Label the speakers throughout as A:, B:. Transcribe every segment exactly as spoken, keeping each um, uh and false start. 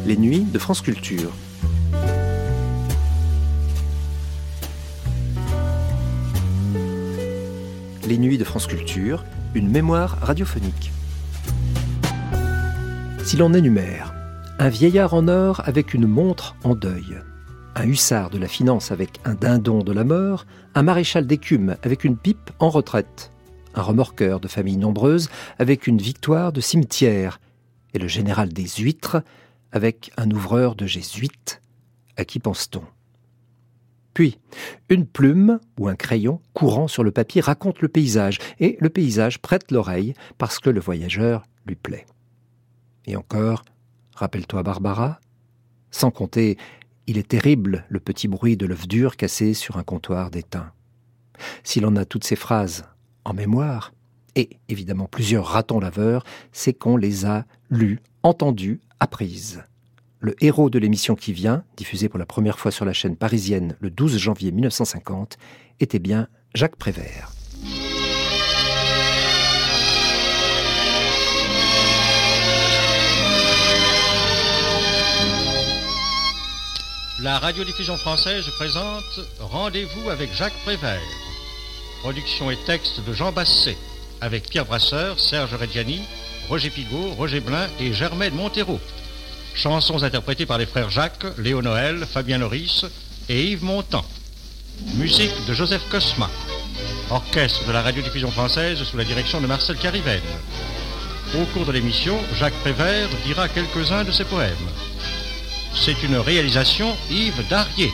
A: les nuits de France Culture. Les nuits de France Culture, une mémoire radiophonique. Si l'on énumère un vieillard en or avec une montre en deuil, un hussard de la finance avec un dindon de la mort, un maréchal d'écume avec une pipe en retraite, un remorqueur de famille nombreuse avec une victoire de cimetière, et le général des huîtres avec un ouvreur de jésuites, à qui pense-t-on ? Puis, une plume ou un crayon courant sur le papier raconte le paysage, et le paysage prête l'oreille parce que le voyageur lui plaît. Et encore, rappelle-toi Barbara, sans compter, il est terrible le petit bruit de l'œuf dur cassé sur un comptoir d'étain. Si l'on a toutes ces phrases en mémoire, et évidemment plusieurs ratons laveurs, c'est qu'on les a lues, entendues, apprises. Le héros de l'émission qui vient, diffusée pour la première fois sur la chaîne parisienne le douze janvier mille neuf cent cinquante, était bien Jacques Prévert.
B: La radiodiffusion française présente Rendez-vous avec Jacques Prévert. Production et texte de Jean Basset, avec Pierre Brasseur, Serge Reggiani, Roger Pigault, Roger Blin et Germaine Montero. Chansons interprétées par les frères Jacques, Léo Noël, Fabien Loris et Yves Montand. Musique de Joseph Cosma. Orchestre de la radiodiffusion française sous la direction de Marcel Carivenne. Au cours de l'émission, Jacques Prévert dira quelques-uns de ses poèmes. C'est une réalisation Yves Darié.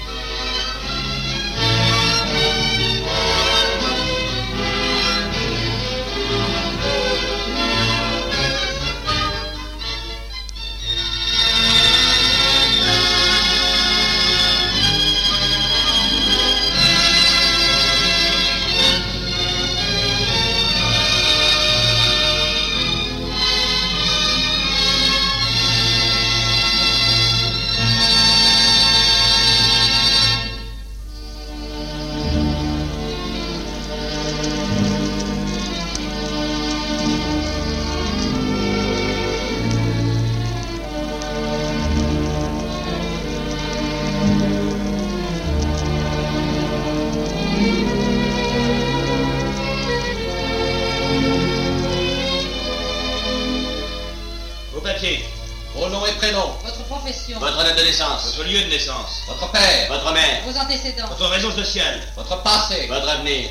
C: Vos noms et prénoms.
D: Votre profession.
C: Votre date de naissance.
E: Votre lieu de naissance.
C: Votre père.
E: Votre mère.
D: Vos antécédents.
E: Votre raison sociale.
C: Votre passé.
E: Votre avenir.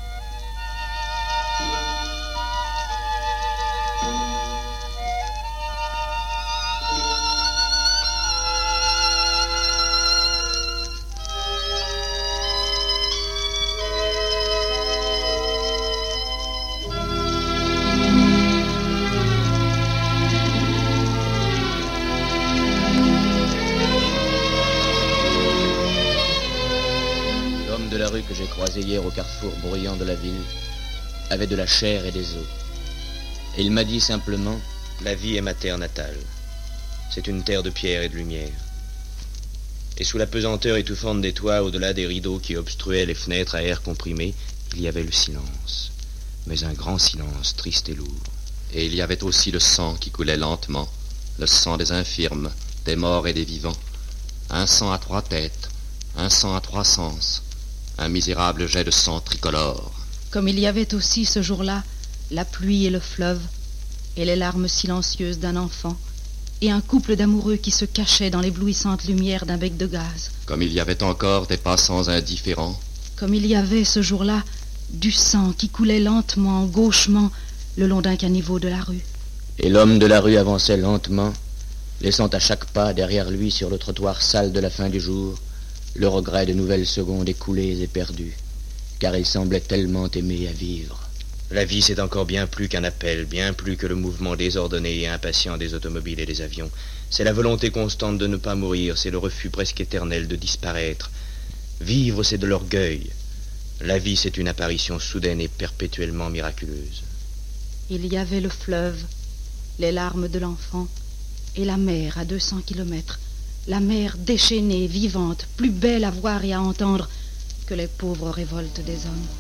F: Que j'ai croisé hier au carrefour bruyant de la ville avait de la chair et des os. Et il m'a dit simplement: la vie est ma terre natale. C'est une terre de pierre et de lumière. Et sous la pesanteur étouffante des toits, au-delà des rideaux qui obstruaient les fenêtres à air comprimé, il y avait le silence. Mais un grand silence, triste et lourd.
G: Et il y avait aussi le sang qui coulait lentement, le sang des infirmes, des morts et des vivants. Un sang à trois têtes, un sang à trois sens. Un misérable jet de sang tricolore.
H: Comme il y avait aussi ce jour-là la pluie et le fleuve, et les larmes silencieuses d'un enfant, et un couple d'amoureux qui se cachait dans l'éblouissante lumière d'un bec de gaz.
G: Comme il y avait encore des passants indifférents.
H: Comme il y avait ce jour-là du sang qui coulait lentement, gauchement, le long d'un caniveau de la rue.
F: Et l'homme de la rue avançait lentement, laissant à chaque pas derrière lui sur le trottoir sale de la fin du jour le regret de nouvelles secondes écoulées et perdues, car il semblait tellement aimer à vivre.
E: La vie, c'est encore bien plus qu'un appel, bien plus que le mouvement désordonné et impatient des automobiles et des avions. C'est la volonté constante de ne pas mourir, c'est le refus presque éternel de disparaître. Vivre, c'est de l'orgueil. La vie, c'est une apparition soudaine et perpétuellement miraculeuse.
H: Il y avait le fleuve, les larmes de l'enfant, et la mer à deux cents kilomètres. La mer déchaînée, vivante, plus belle à voir et à entendre que les pauvres révoltes des hommes.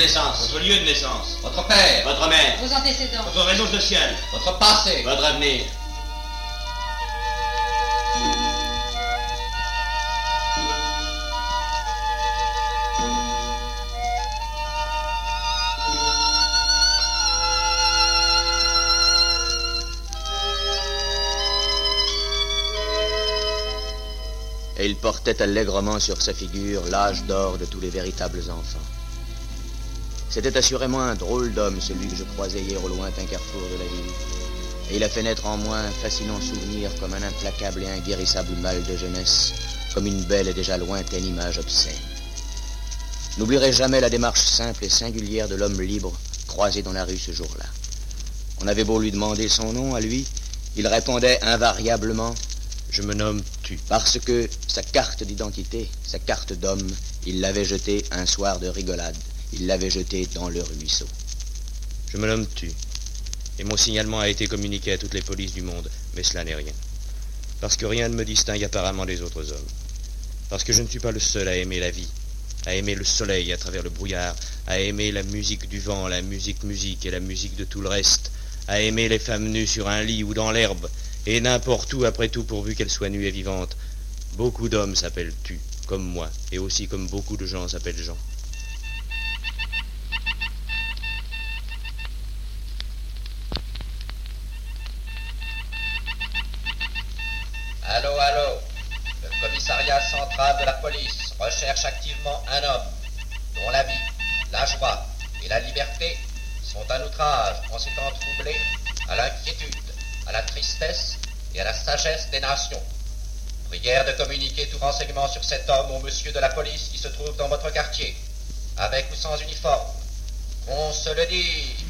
C: naissance.
F: Votre lieu de naissance.
C: Votre père.
F: Votre mère.
H: Vos antécédents.
F: Votre réseau social.
C: Votre passé.
F: Votre avenir. Et il portait allègrement sur sa figure l'âge d'or de tous les véritables enfants. C'était assurément un drôle d'homme, celui que je croisais hier au lointain carrefour de la ville. Et il a fait naître en moi un fascinant souvenir comme un implacable et inguérissable mal de jeunesse, comme une belle et déjà lointaine image obscène. N'oublierai jamais la démarche simple et singulière de l'homme libre croisé dans la rue ce jour-là. On avait beau lui demander son nom à lui, il répondait invariablement « Je me nomme Tu », parce que sa carte d'identité, sa carte d'homme, il l'avait jetée un soir de rigolade. Il l'avait jetée dans le ruisseau.
E: Je me nomme Tu, et mon signalement a été communiqué à toutes les polices du monde, mais cela n'est rien. Parce que rien ne me distingue apparemment des autres hommes. Parce que je ne suis pas le seul à aimer la vie, à aimer le soleil à travers le brouillard, à aimer la musique du vent, la musique musique et la musique de tout le reste, à aimer les femmes nues sur un lit ou dans l'herbe, et n'importe où après tout pourvu qu'elles soient nues et vivantes. Beaucoup d'hommes s'appellent Tu, comme moi, et aussi comme beaucoup de gens s'appellent Jean.
G: Allô, allô. Le commissariat central de la police recherche activement un homme dont la vie, la joie et la liberté sont un outrage en s'étant troublés à l'inquiétude, à la tristesse et à la sagesse des nations. Prière de communiquer tout renseignement sur cet homme au monsieur de la police qui se trouve dans votre quartier, avec ou sans uniforme. Qu'on se le dise.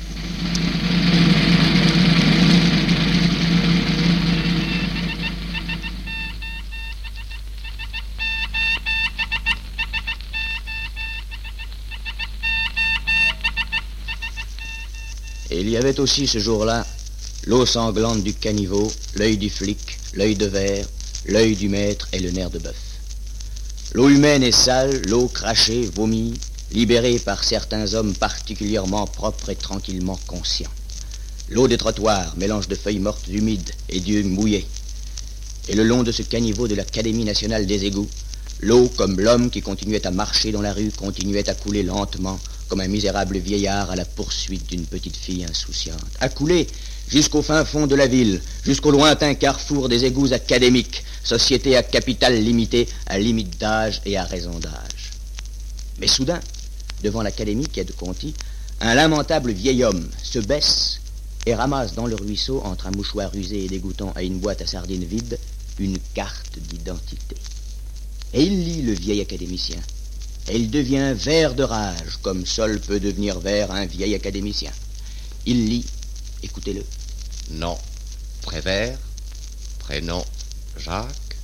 F: Et il y avait aussi ce jour-là l'eau sanglante du caniveau, l'œil du flic, l'œil de verre, l'œil du maître et le nerf de bœuf. L'eau humaine et sale, l'eau crachée, vomie, libérée par certains hommes particulièrement propres et tranquillement conscients. L'eau des trottoirs, mélange de feuilles mortes humides et d'yeux mouillés. Et le long de ce caniveau de l'Académie nationale des égouts, l'eau, comme l'homme qui continuait à marcher dans la rue, continuait à couler lentement, comme un misérable vieillard à la poursuite d'une petite fille insouciante. À couler jusqu'au fin fond de la ville, jusqu'au lointain carrefour des égouts académiques, société à capital limité, à limite d'âge et à raison d'âge. Mais soudain, devant l'académie quai de Conti, un lamentable vieil homme se baisse et ramasse dans le ruisseau, entre un mouchoir usé et dégoûtant et une boîte à sardines vide, une carte d'identité. Et il lit le vieil académicien. Et il devient vert de rage, comme seul peut devenir vert un vieil académicien. Il lit, écoutez-le.
G: Nom, Prévert. Prénom, Jacques.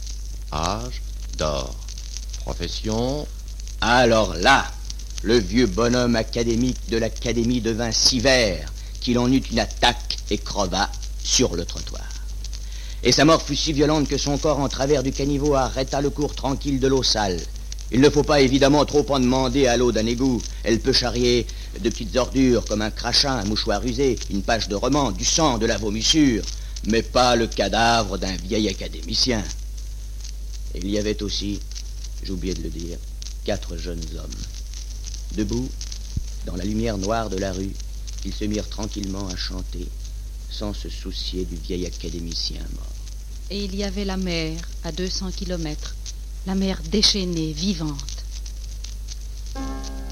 G: Âge, d'or. Profession.
F: Alors là, le vieux bonhomme académique de l'académie devint si vert qu'il en eut une attaque et creva sur le trottoir. Et sa mort fut si violente que son corps en travers du caniveau arrêta le cours tranquille de l'eau sale. Il ne faut pas évidemment trop en demander à l'eau d'un égout. Elle peut charrier de petites ordures comme un crachin, un mouchoir usé, une page de roman, du sang, de la vomissure, mais pas le cadavre d'un vieil académicien. Et il y avait aussi, j'oubliais de le dire, quatre jeunes hommes. Debout, dans la lumière noire de la rue, ils se mirent tranquillement à chanter, sans se soucier du vieil académicien mort.
H: Et il y avait la mer à deux cents kilomètres, la mer déchaînée, vivante.
D: À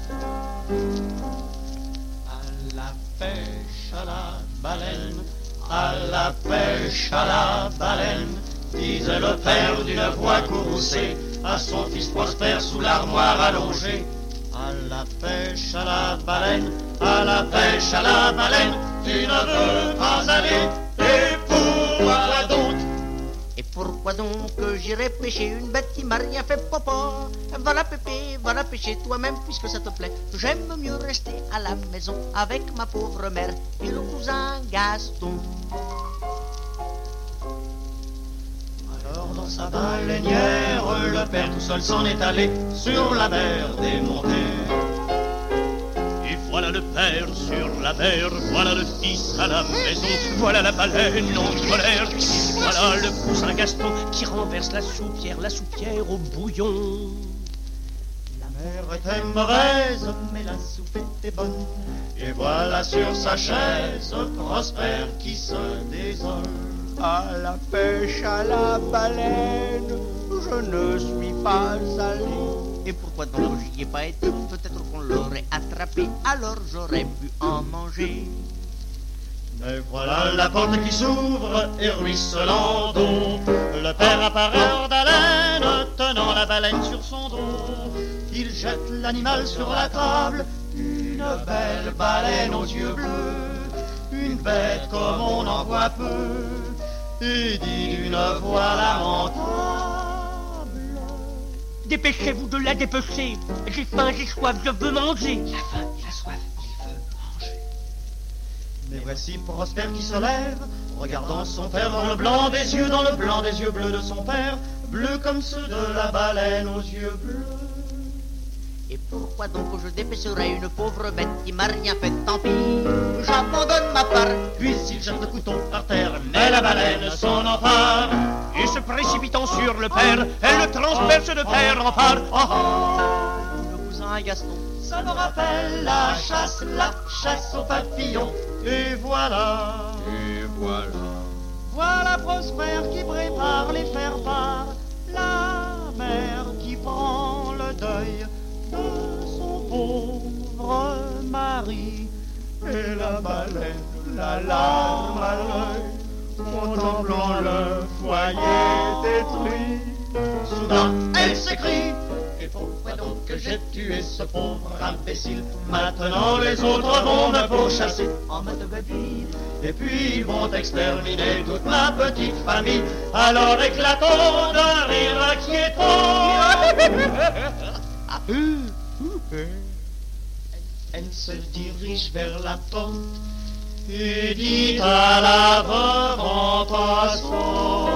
D: la pêche à la baleine, à la pêche à la baleine, disait le père d'une voix courroucée à son fils Prosper sous l'armoire allongée. À la pêche à la baleine, à la pêche à la baleine, tu ne veux pas aller, et pourquoi donc?
I: Et pourquoi donc que j'irai pêcher une bête qui m'a rien fait, papa? Va la pêcher, va la pêcher toi-même puisque ça te plaît. J'aime mieux rester à la maison avec ma pauvre mère et le cousin Gaston.
D: Alors dans sa baleinière, le père tout seul s'en est allé sur la mer démontée. père sur la mer, voilà le fils à la maison, voilà la baleine en colère, voilà le cousin Gaston qui renverse la soupière, la soupière au bouillon. La mer était mauvaise, mais la soupe était bonne, et voilà sur sa chaise Prosper qui se désole. À la pêche à la baleine, je ne suis pas allé.
I: Et pourquoi donc j'y ai pas été? Peut-être qu'on l'aurait attrapé, alors j'aurais pu en manger.
D: Mais voilà la porte qui s'ouvre et ruisselant d'eau, le père apparaît hors d'haleine, tenant la baleine sur son dos. Il jette l'animal sur la table, une belle baleine aux yeux bleus, une bête comme on en voit peu, et dit d'une voix lamentable: dépêchez-vous de la dépecer, j'ai faim, j'ai soif, je veux manger.
I: Il a faim, il a soif, il veut manger.
D: Mais voici Prosper qui se lève, regardant son père dans le blanc des yeux, dans le blanc des yeux bleus de son père, bleus comme ceux de la baleine aux yeux bleus.
I: Et pourquoi donc je dépêcherais une pauvre bête qui m'a rien fait, tant pis, j'abandonne ma part.
D: Puis il jette le couteau par terre, mais la baleine s'en empare, et se précipitant sur le père, elle le transperce de père en part. Oh, oh.
I: Le cousin à Gaston,
D: ça me rappelle la chasse, la chasse aux papillons. Et voilà,
G: Et voilà.
D: voilà Prosper qui prépare les faire-part, la mère qui prend le deuil de son pauvre mari, et la baleine, la larme à l'œil, contemplant le foyer détruit. Soudain, elle s'écrie: et pourquoi donc que j'ai tué ce pauvre imbécile? Maintenant les autres vont me pourchasser en mode baby, et puis ils vont exterminer toute ma petite famille. Alors éclatons d'un rire inquiétant, elle se dirige vers la porte et dit à la veuve en passant: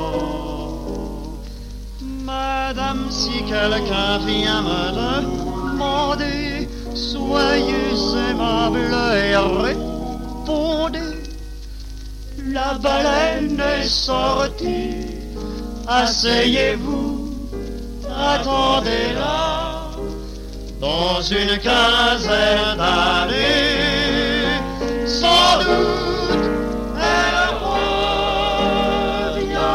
D: Madame, si quelqu'un vient me demander, soyez aimable et répondez: la baleine est sortie, asseyez-vous, attendez-la. Dans une quinzaine d'années, sans doute, elle reviendra.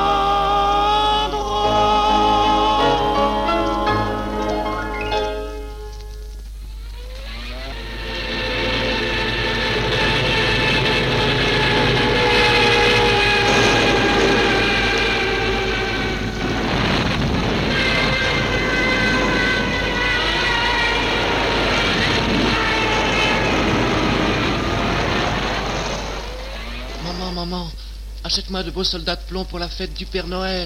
J: Maman, achète-moi de beaux soldats de plomb pour la fête du Père Noël.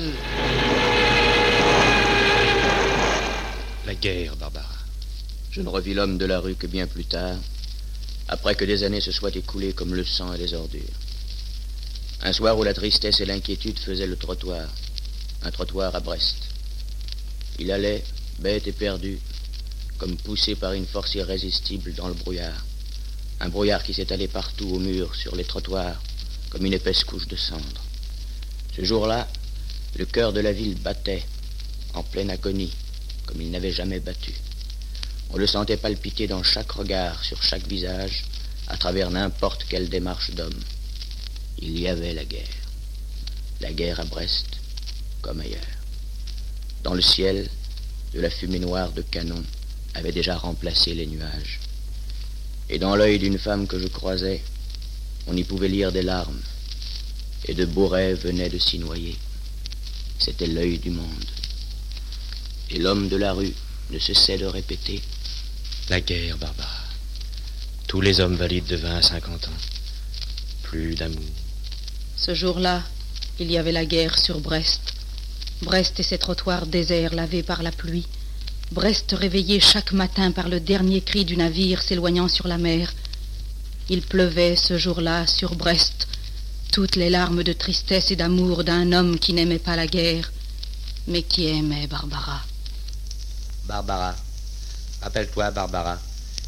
E: La guerre, Barbara.
F: Je ne revis l'homme de la rue que bien plus tard, après que des années se soient écoulées comme le sang et les ordures. Un soir où la tristesse et l'inquiétude faisaient le trottoir, un trottoir à Brest. Il allait, bête et perdu, comme poussé par une force irrésistible dans le brouillard. Un brouillard qui s'étalait partout au mur, sur les trottoirs, comme une épaisse couche de cendre. Ce jour-là, le cœur de la ville battait, en pleine agonie, comme il n'avait jamais battu. On le sentait palpiter dans chaque regard, sur chaque visage, à travers n'importe quelle démarche d'homme. Il y avait la guerre. La guerre à Brest, comme ailleurs. Dans le ciel, de la fumée noire de canon avait déjà remplacé les nuages. Et dans l'œil d'une femme que je croisais, on y pouvait lire des larmes, et de beaux rêves venaient de s'y noyer. C'était l'œil du monde. Et l'homme de la rue ne cessait de répéter:
E: La guerre, Barbara. Tous les hommes valides de vingt à cinquante ans. Plus d'amour.
H: Ce jour-là, il y avait la guerre sur Brest. Brest et ses trottoirs déserts lavés par la pluie. Brest réveillé chaque matin par le dernier cri du navire s'éloignant sur la mer. Il pleuvait ce jour-là sur Brest toutes les larmes de tristesse et d'amour d'un homme qui n'aimait pas la guerre, mais qui aimait Barbara.
E: Barbara. Rappelle-toi, Barbara.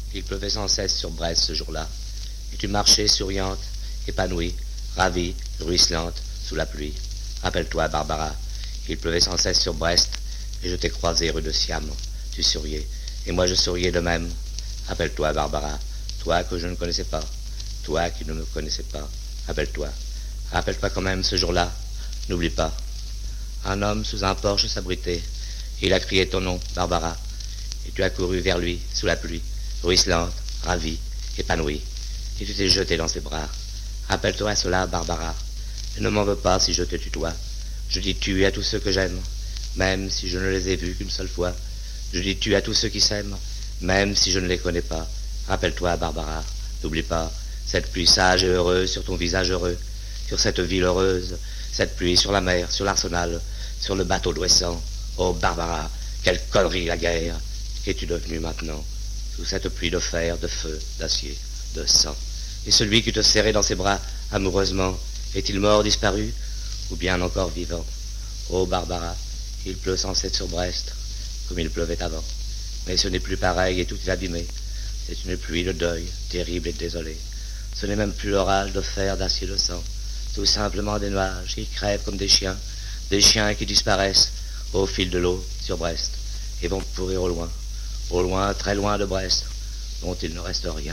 F: Il pleuvait sans cesse sur Brest ce jour-là. Et tu marchais souriante, épanouie, ravie, ruisselante, sous la pluie. Rappelle-toi, Barbara, il pleuvait sans cesse sur Brest, et je t'ai croisé rue de Siam. Tu souriais, et moi je souriais de même. Rappelle-toi, Barbara, toi que je ne connaissais pas, toi qui ne me connaissais pas. Rappelle-toi, rappelle-toi quand même ce jour-là. N'oublie pas. Un homme sous un porche s'abritait. Il a crié ton nom, Barbara, et tu as couru vers lui, sous la pluie, ruisselante, ravie, épanouie, et tu t'es jeté dans ses bras. Rappelle-toi cela, Barbara, et ne m'en veux pas si je te tutoie. Je dis tu à tous ceux que j'aime, même si je ne les ai vus qu'une seule fois. Je dis tu à tous ceux qui s'aiment, même si je ne les connais pas. Rappelle-toi, Barbara, n'oublie pas cette pluie sage et heureuse sur ton visage heureux, sur cette ville heureuse, cette pluie sur la mer, sur l'arsenal, sur le bateau d'Ouessant. Oh, Barbara, quelle connerie la guerre! Qu'es-tu devenue maintenant, sous cette pluie de fer, de feu, d'acier, de sang? Et celui qui te serrait dans ses bras, amoureusement, est-il mort, disparu, ou bien encore vivant? Oh, Barbara, il pleut sans cesse sur Brest, comme il pleuvait avant. Mais ce n'est plus pareil et tout est abîmé. C'est une pluie de deuil, terrible et désolée. Ce n'est même plus l'orage de fer, d'acier, de sang. Tout simplement des nuages qui crèvent comme des chiens, des chiens qui disparaissent au fil de l'eau sur Brest et vont pourrir au loin, au loin, très loin de Brest, dont il ne reste rien.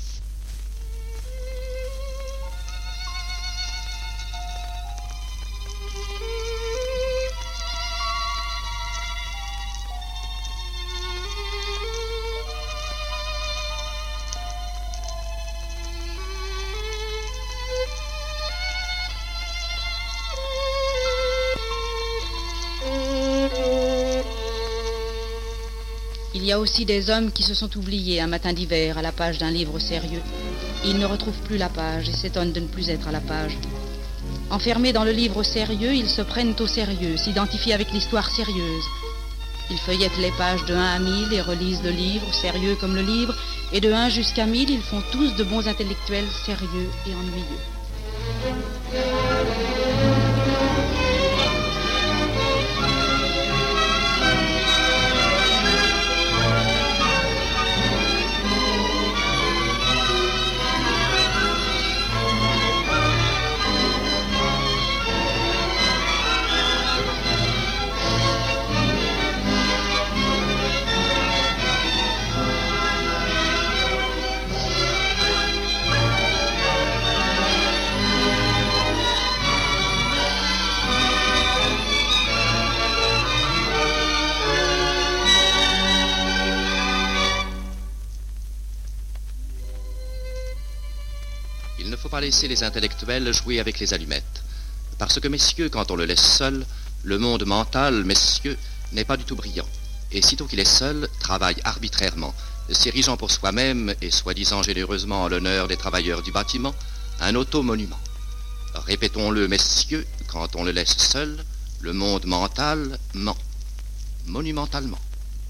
H: Il y a aussi des hommes qui se sont oubliés un matin d'hiver à la page d'un livre sérieux. Ils ne retrouvent plus la page et s'étonnent de ne plus être à la page. Enfermés dans le livre sérieux, ils se prennent au sérieux, s'identifient avec l'histoire sérieuse. Ils feuillettent les pages de un à mille et relisent le livre, sérieux comme le livre, et de un jusqu'à mille, ils font tous de bons intellectuels sérieux et ennuyeux.
G: Il ne faut pas laisser les intellectuels jouer avec les allumettes. Parce que, messieurs, quand on le laisse seul, le monde mental, messieurs, n'est pas du tout brillant. Et sitôt qu'il est seul, travaille arbitrairement, s'érigeant pour soi-même et soi-disant généreusement en l'honneur des travailleurs du bâtiment, un automonument. Répétons-le, messieurs, quand on le laisse seul, le monde mental ment, monumentalement.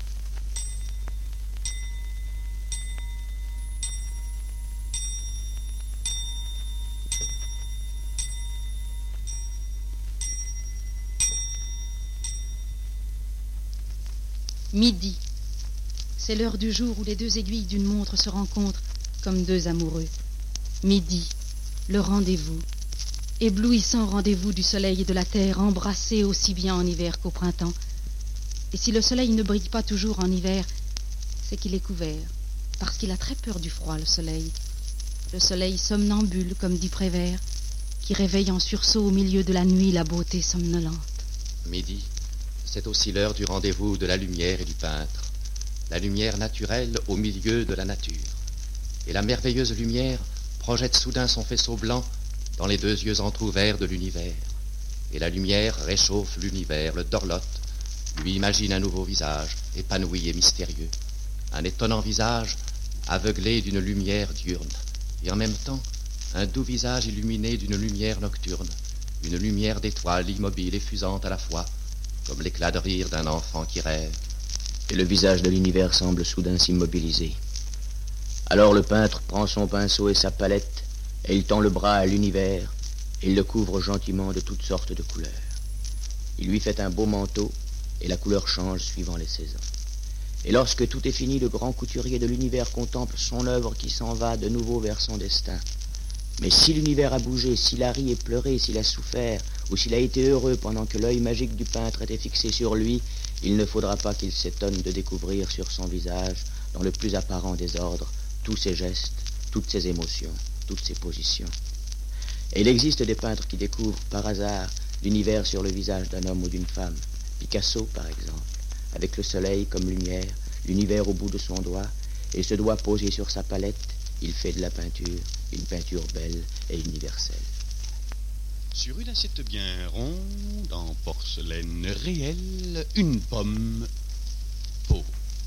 H: Midi. C'est l'heure du jour où les deux aiguilles d'une montre se rencontrent comme deux amoureux. Midi, le rendez-vous. Éblouissant rendez-vous du soleil et de la terre, embrassés aussi bien en hiver qu'au printemps. Et si le soleil ne brille pas toujours en hiver, c'est qu'il est couvert, parce qu'il a très peur du froid, le soleil. Le soleil somnambule, comme dit Prévert, qui réveille en sursaut au milieu de la nuit la beauté somnolente.
G: Midi. C'est aussi l'heure du rendez-vous de la lumière et du peintre, la lumière naturelle au milieu de la nature. Et la merveilleuse lumière projette soudain son faisceau blanc dans les deux yeux entr'ouverts de l'univers. Et la lumière réchauffe l'univers, le dorlote, lui imagine un nouveau visage, épanoui et mystérieux, un étonnant visage aveuglé d'une lumière diurne, et en même temps un doux visage illuminé d'une lumière nocturne, une lumière d'étoiles immobile et fusante à la fois, comme l'éclat de rire d'un enfant qui rêve.
F: Et le visage de l'univers semble soudain s'immobiliser. Alors le peintre prend son pinceau et sa palette, et il tend le bras à l'univers, et il le couvre gentiment de toutes sortes de couleurs. Il lui fait un beau manteau, et la couleur change suivant les saisons. Et lorsque tout est fini, le grand couturier de l'univers contemple son œuvre qui s'en va de nouveau vers son destin. Mais si l'univers a bougé, s'il a ri et pleuré, s'il a souffert, ou s'il a été heureux pendant que l'œil magique du peintre était fixé sur lui, il ne faudra pas qu'il s'étonne de découvrir sur son visage, dans le plus apparent désordre, tous ses gestes, toutes ses émotions, toutes ses positions. Et il existe des peintres qui découvrent, par hasard, l'univers sur le visage d'un homme ou d'une femme. Picasso, par exemple, avec le soleil comme lumière, l'univers au bout de son doigt, et ce doigt posé sur sa palette, il fait de la peinture, une peinture belle et universelle.
K: Sur une assiette bien ronde, en porcelaine réelle, une pomme pose.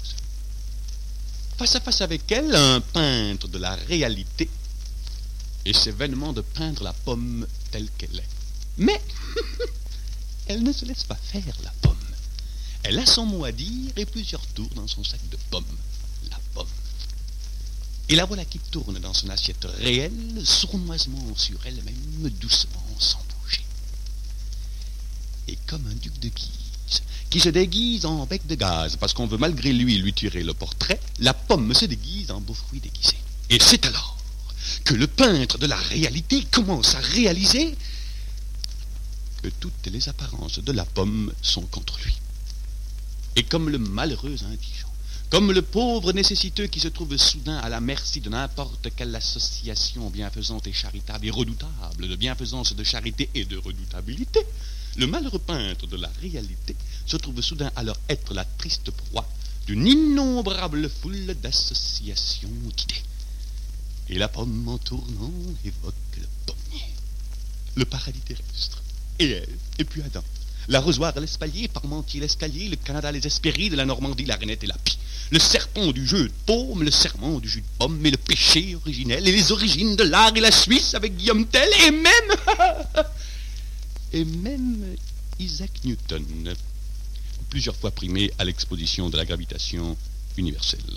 K: Face à face avec elle, un peintre de la réalité essaie vainement de peindre la pomme telle qu'elle est. Mais elle ne se laisse pas faire, la pomme. Elle a son mot à dire et plusieurs tours dans son sac de pommes. La pomme. Et la voilà qui tourne dans son assiette réelle, sournoisement sur elle-même, doucement, sans bouger. Et comme un duc de Guise, qui se déguise en bec de gaz, parce qu'on veut malgré lui lui tirer le portrait, la pomme se déguise en beau fruit déguisé. Et c'est alors que le peintre de la réalité commence à réaliser que toutes les apparences de la pomme sont contre lui. Et comme le malheureux indigent, comme le pauvre nécessiteux qui se trouve soudain à la merci de n'importe quelle association bienfaisante et charitable et redoutable, de bienfaisance, de charité et de redoutabilité, le malheureux peintre de la réalité se trouve soudain alors être la triste proie d'une innombrable foule d'associations d'idées. Et la pomme en tournant évoque le pommier, le paradis terrestre, et Ève, et puis Adam, l'arrosoir, l'espalier, Parmentier, l'escalier, le Canada, les Hespérides, de la Normandie, la Rainette et la Pie, le serpent du jeu de paume, le serment du jus de pomme, et le péché originel, et les origines de l'art et la Suisse avec Guillaume Tell, et même... et même Isaac Newton, plusieurs fois primé à l'exposition de la gravitation universelle.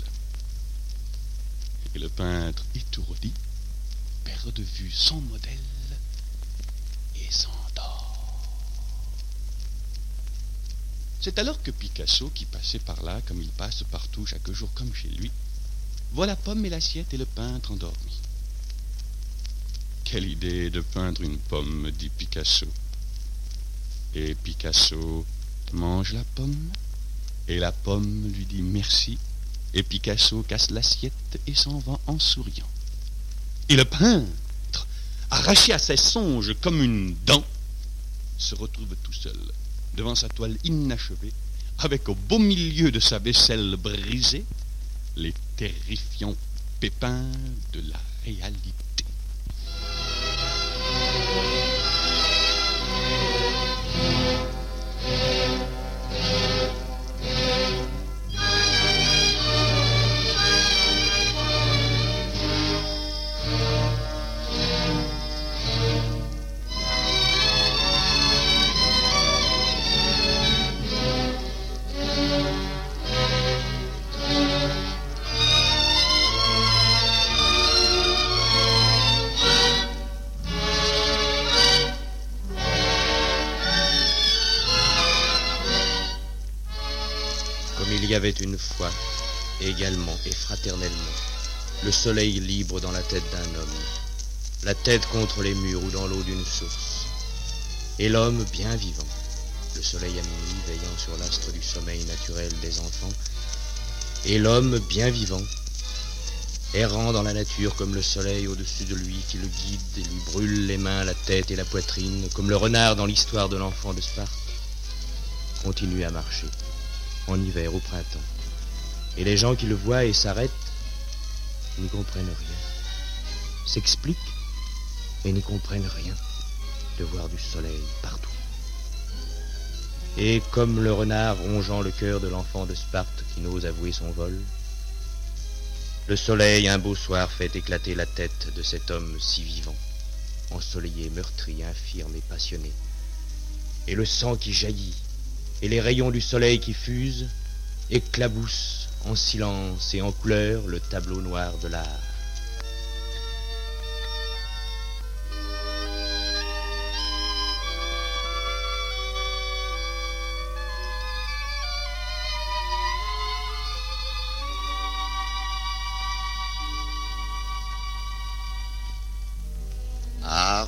K: Et le peintre étourdi perd de vue son modèle et s'endort. C'est alors que Picasso, qui passait par là, comme il passe partout chaque jour comme chez lui, voit la pomme et l'assiette et le peintre endormi. Quelle idée de peindre une pomme, dit Picasso. Et Picasso mange la pomme, et la pomme lui dit merci, et Picasso casse l'assiette et s'en va en souriant. Et le peintre, arraché à ses songes comme une dent, se retrouve tout seul devant sa toile inachevée, avec au beau milieu de sa vaisselle brisée les terrifiants pépins de la réalité.
E: Il y avait une fois, également et fraternellement, le soleil libre dans la tête d'un homme, la tête contre les murs ou dans l'eau d'une source, et l'homme bien vivant, le soleil à minuit veillant sur l'astre du sommeil naturel des enfants, et l'homme bien vivant, errant dans la nature comme le soleil au-dessus de lui qui le guide et lui brûle les mains, la tête et la poitrine, comme le renard dans l'histoire de l'enfant de Sparte, continue à marcher. En hiver, au printemps. Et les gens qui le voient et s'arrêtent n'y comprennent rien, s'expliquent et n'y comprennent rien de voir du soleil partout. Et comme le renard rongeant le cœur de l'enfant de Sparte qui n'ose avouer son vol, le soleil un beau soir fait éclater la tête de cet homme si vivant, ensoleillé, meurtri, infirme et passionné. Et le sang qui jaillit et les rayons du soleil qui fusent éclaboussent en silence et en couleur le tableau noir de l'art.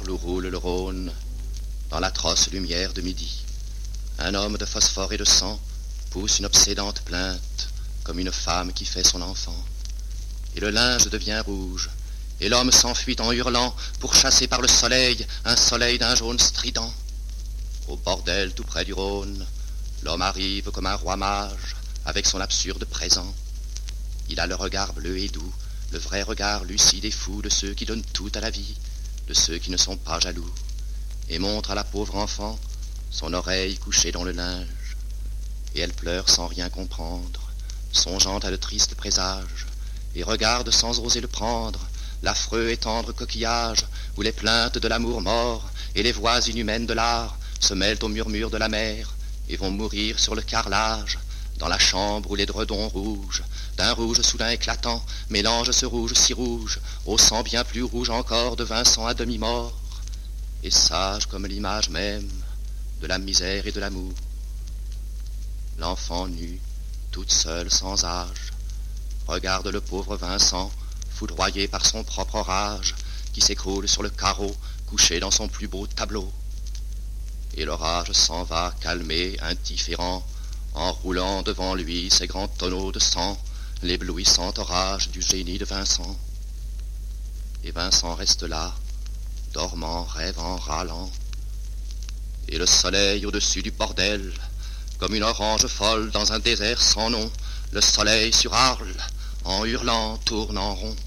G: orle où roule le Rhône, dans l'atroce lumière de midi, un homme de phosphore et de sang pousse une obsédante plainte, comme une femme qui fait son enfant. Et le linge devient rouge, et l'homme s'enfuit en hurlant pour chasser par le soleil un soleil d'un jaune strident. Au bordel tout près du Rhône, l'homme arrive comme un roi mage avec son absurde présent. Il a le regard bleu et doux, le vrai regard lucide et fou de ceux qui donnent tout à la vie, de ceux qui ne sont pas jaloux, et montre à la pauvre enfant son oreille couchée dans le linge. Et elle pleure sans rien comprendre, songeant à de tristes présages, et regarde sans oser le prendre, l'affreux et tendre coquillage où les plaintes de l'amour mort et les voix inhumaines de l'art se mêlent au murmure de la mer et vont mourir sur le carrelage, dans la chambre où les dredons rouges, d'un rouge soudain éclatant, mélangent ce rouge si rouge au sang bien plus rouge encore de Vincent à demi-mort, et sage comme l'image même de la misère et de l'amour. L'enfant nu, toute seule sans âge, regarde le pauvre Vincent, foudroyé par son propre orage, qui s'écroule sur le carreau, couché dans son plus beau tableau. Et l'orage s'en va calmer, indifférent, en roulant devant lui ses grands tonneaux de sang, l'éblouissant orage du génie de Vincent. Et Vincent reste là, dormant, rêvant, râlant. Et le soleil au-dessus du bordel, comme une orange folle dans un désert sans nom, le soleil sur Arles, en hurlant, tourne en rond.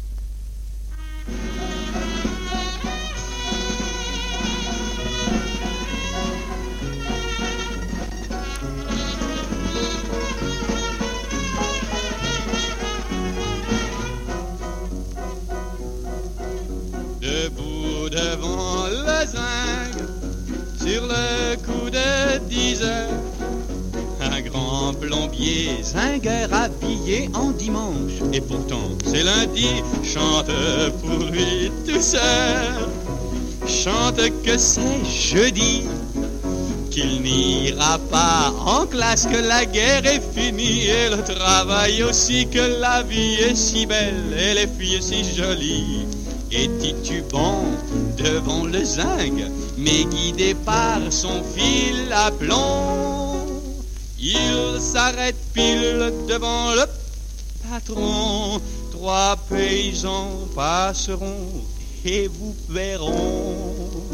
K: Debout devant le zinc, sur le coup de dix heures, un grand plombier zingueur habillé en dimanche, et pourtant c'est lundi, chante pour lui tout seul, chante que c'est jeudi, qu'il n'ira pas en classe, que la guerre est finie, et le travail aussi, que la vie est si belle, et les filles si jolies. Et titubant devant le zinc, mais guidé par son fil à plomb, il s'arrête pile devant le patron. Trois paysans passeront et vous verront,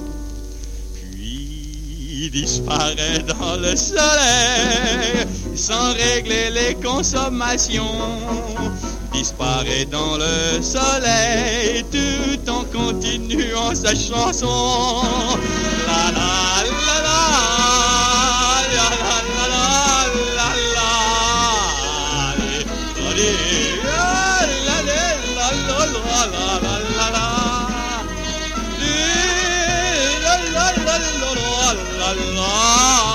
K: puis disparaît dans le soleil sans régler les consommations. Disparaît dans le soleil tout en continuant sa chanson. La la la la, la la la la, la la, la la la la la la la la la la.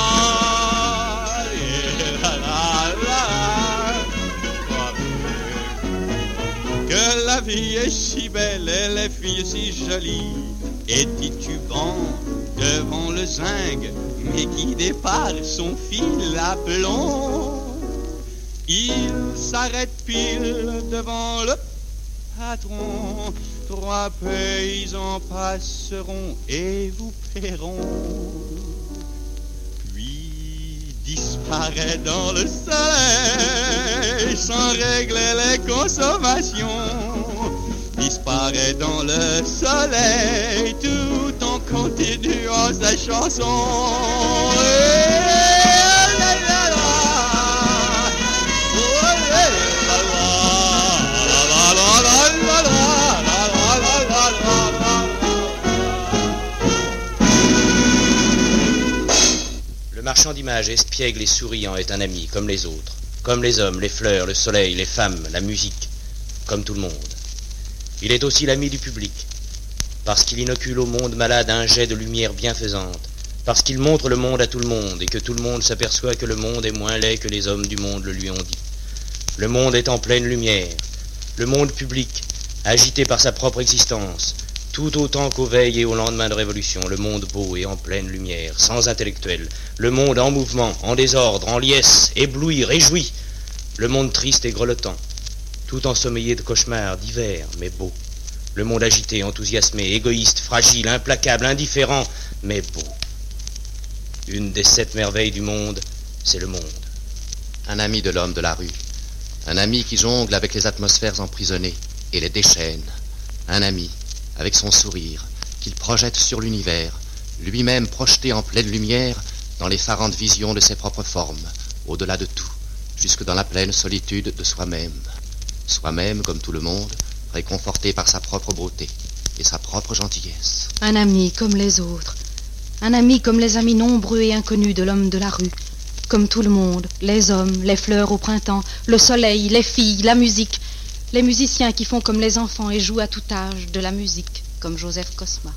K: Que la vie est si belle et les filles si jolies, et titubant devant le zinc, mais guidé par son fil à plomb, il s'arrête pile devant le patron. Trois paysans passeront et vous paieront, puis disparaît dans le soleil sans régler les consommations. Disparaît dans le soleil tout en continuant sa chanson.
E: Le marchand d'images espiègle et souriant est un ami comme les autres, comme les hommes, les fleurs, le soleil, les femmes, la musique, comme tout le monde. Il est aussi l'ami du public, parce qu'il inocule au monde malade un jet de lumière bienfaisante, parce qu'il montre le monde à tout le monde, et que tout le monde s'aperçoit que le monde est moins laid que les hommes du monde le lui ont dit. Le monde est en pleine lumière, le monde public, agité par sa propre existence, tout autant qu'aux veilles et au lendemain de révolution, le monde beau et en pleine lumière, sans intellectuel, le monde en mouvement, en désordre, en liesse, ébloui, réjoui, le monde triste et grelottant, tout ensommeillé de cauchemars divers mais beaux, Le monde agité, enthousiasmé, égoïste, fragile, implacable, indifférent, mais beau. Une des sept merveilles du monde, c'est le monde.
G: Un ami de l'homme de la rue. Un ami qui jongle avec les atmosphères emprisonnées et les déchaîne. Un ami, avec son sourire, qu'il projette sur l'univers, lui-même projeté en pleine lumière dans l'effarante vision de ses propres formes, au-delà de tout, jusque dans la pleine solitude de soi-même. Soi-même, comme tout le monde, réconforté par sa propre beauté et sa propre gentillesse.
H: Un ami comme les autres. Un ami comme les amis nombreux et inconnus de l'homme de la rue. Comme tout le monde, les hommes, les fleurs au printemps, le soleil, les filles, la musique. Les musiciens qui font comme les enfants et jouent à tout âge de la musique, comme Joseph Cosma.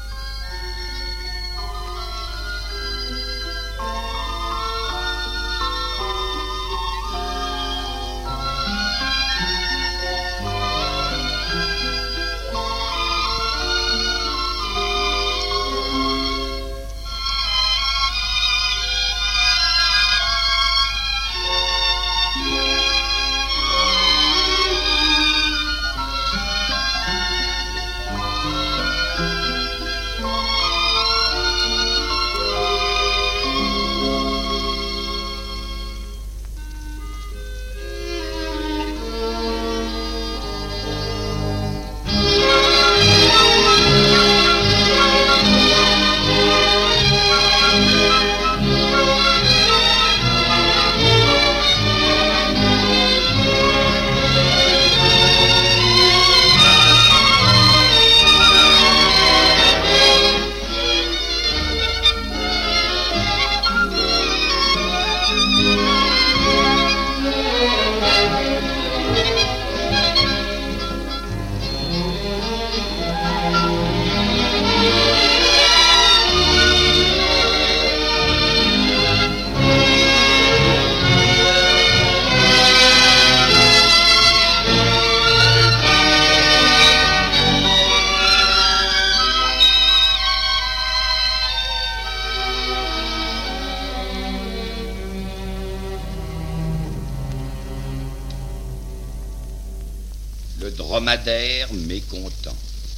L: Le dromadaire mécontent.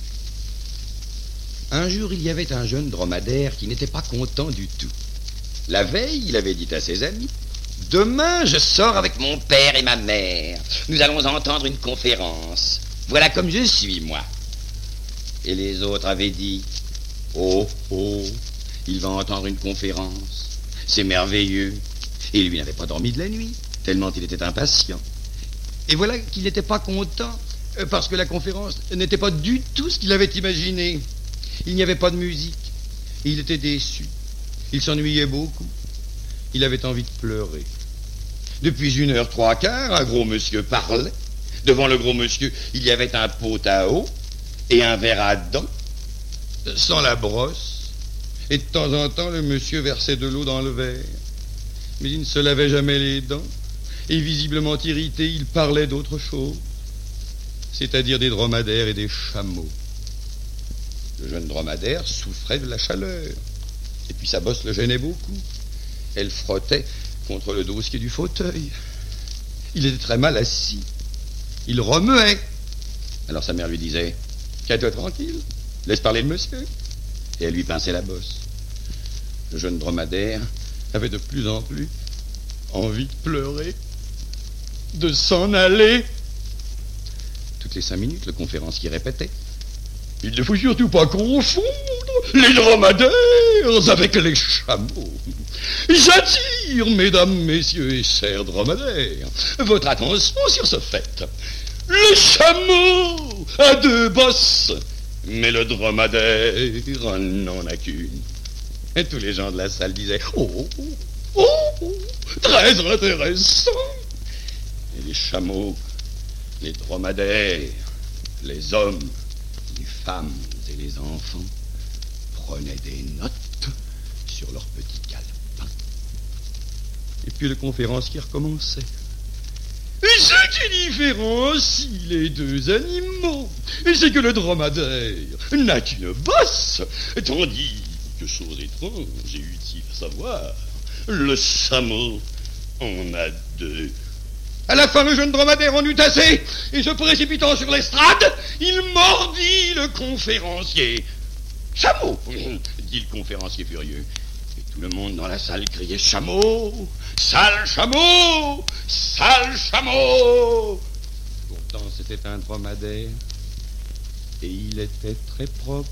L: Un jour, il y avait un jeune dromadaire qui n'était pas content du tout. La veille, il avait dit à ses amis: « Demain, je sors avec mon père et ma mère. Nous allons entendre une conférence. Voilà comme je suis, moi. » Et les autres avaient dit: « Oh, oh, il va entendre une conférence. C'est merveilleux. » Et lui n'avait pas dormi de la nuit, tellement il était impatient. Et voilà qu'il n'était pas content, parce que la conférence n'était pas du tout ce qu'il avait imaginé. Il n'y avait pas de musique. Il était déçu. Il s'ennuyait beaucoup. Il avait envie de pleurer. Depuis une heure trois quarts, un gros monsieur parlait. Devant le gros monsieur, il y avait un pot à eau et un verre à dents, sans la brosse. Et de temps en temps, le monsieur versait de l'eau dans le verre. Mais il ne se lavait jamais les dents. Et visiblement irrité, il parlait d'autre chose, c'est-à-dire des dromadaires et des chameaux. Le jeune dromadaire souffrait de la chaleur, et puis sa bosse le gênait beaucoup. Elle frottait contre le dossier du fauteuil. Il était très mal assis. Il remuait. Alors sa mère lui disait: « Tiens-toi tranquille, laisse parler le monsieur. » Et elle lui pinçait la bosse. Le jeune dromadaire avait de plus en plus envie de pleurer, de s'en aller. Toutes les cinq minutes, le conférencier répétait: « Il ne faut surtout pas confondre les dromadaires avec les chameaux. J'attire, mesdames, messieurs et chers dromadaires, votre attention sur ce fait. Le chameau a deux bosses, mais le dromadaire n'en a qu'une. » Et tous les gens de la salle disaient: « Oh, oh, oh, très intéressant. » Et les chameaux, les dromadaires, les hommes, les femmes et les enfants prenaient des notes sur leurs petits calepins. Et puis le conférencier recommençait: « Ce qui différencie les deux animaux, c'est que le dromadaire n'a qu'une bosse, tandis que, chose étrange et utile à savoir, le chameau en a deux. À la fin, le jeune dromadaire en eut assez, et se précipitant sur l'estrade, il mordit le conférencier. « Chameau !» dit le conférencier furieux. Et tout le monde dans la salle criait « Chameau ! Sale chameau ! Sale chameau !» Pourtant, c'était un dromadaire, et il était très propre.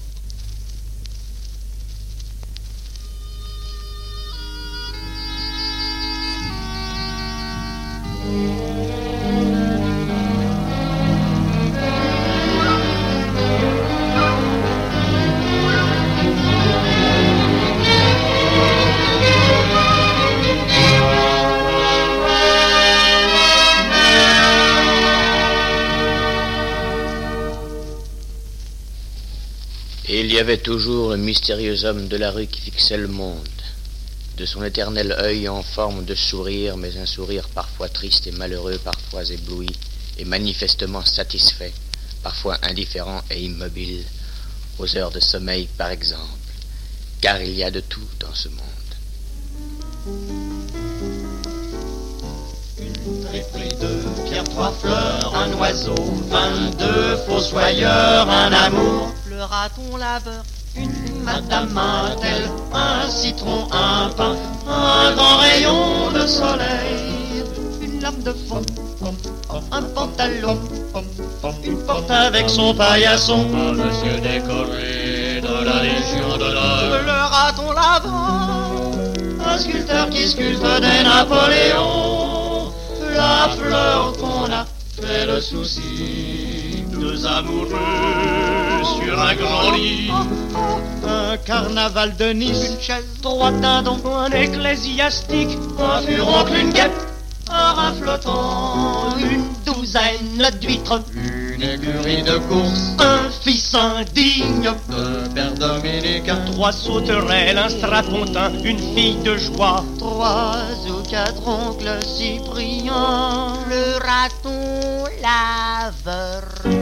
F: Et il y avait toujours le mystérieux homme de la rue qui fixait le monde. De son éternel œil en forme de sourire, mais un sourire parfois triste et malheureux, parfois ébloui et manifestement satisfait, parfois indifférent et immobile, aux heures de sommeil par exemple, car il y a de tout dans ce monde.
D: Une triperie de pierre, trois fleurs, un oiseau, vingt-deux fossoyeurs, un amour,
I: le raton laveur,
D: une madame, un tel, un citron, un pain, un grand rayon de soleil,
I: une lame de fond,
D: un pantalon, une porte avec son paillasson, un monsieur décoré de la Légion d'honneur,
I: le raton laveur,
D: un sculpteur qui sculpte des Napoléons, la fleur qu'on a fait le souci, deux amoureux sur un grand lit,
I: un carnaval de Nice,
D: une chaise, trois dindons, un ecclésiastique, un furoncle, une guêpe, un rat flottant, une douzaine d'huîtres, une écurie de course, un fils indigne de père dominicain,
I: trois sauterelles, un strapontin, une fille de joie,
D: trois ou quatre oncles cypriens,
I: le raton laveur,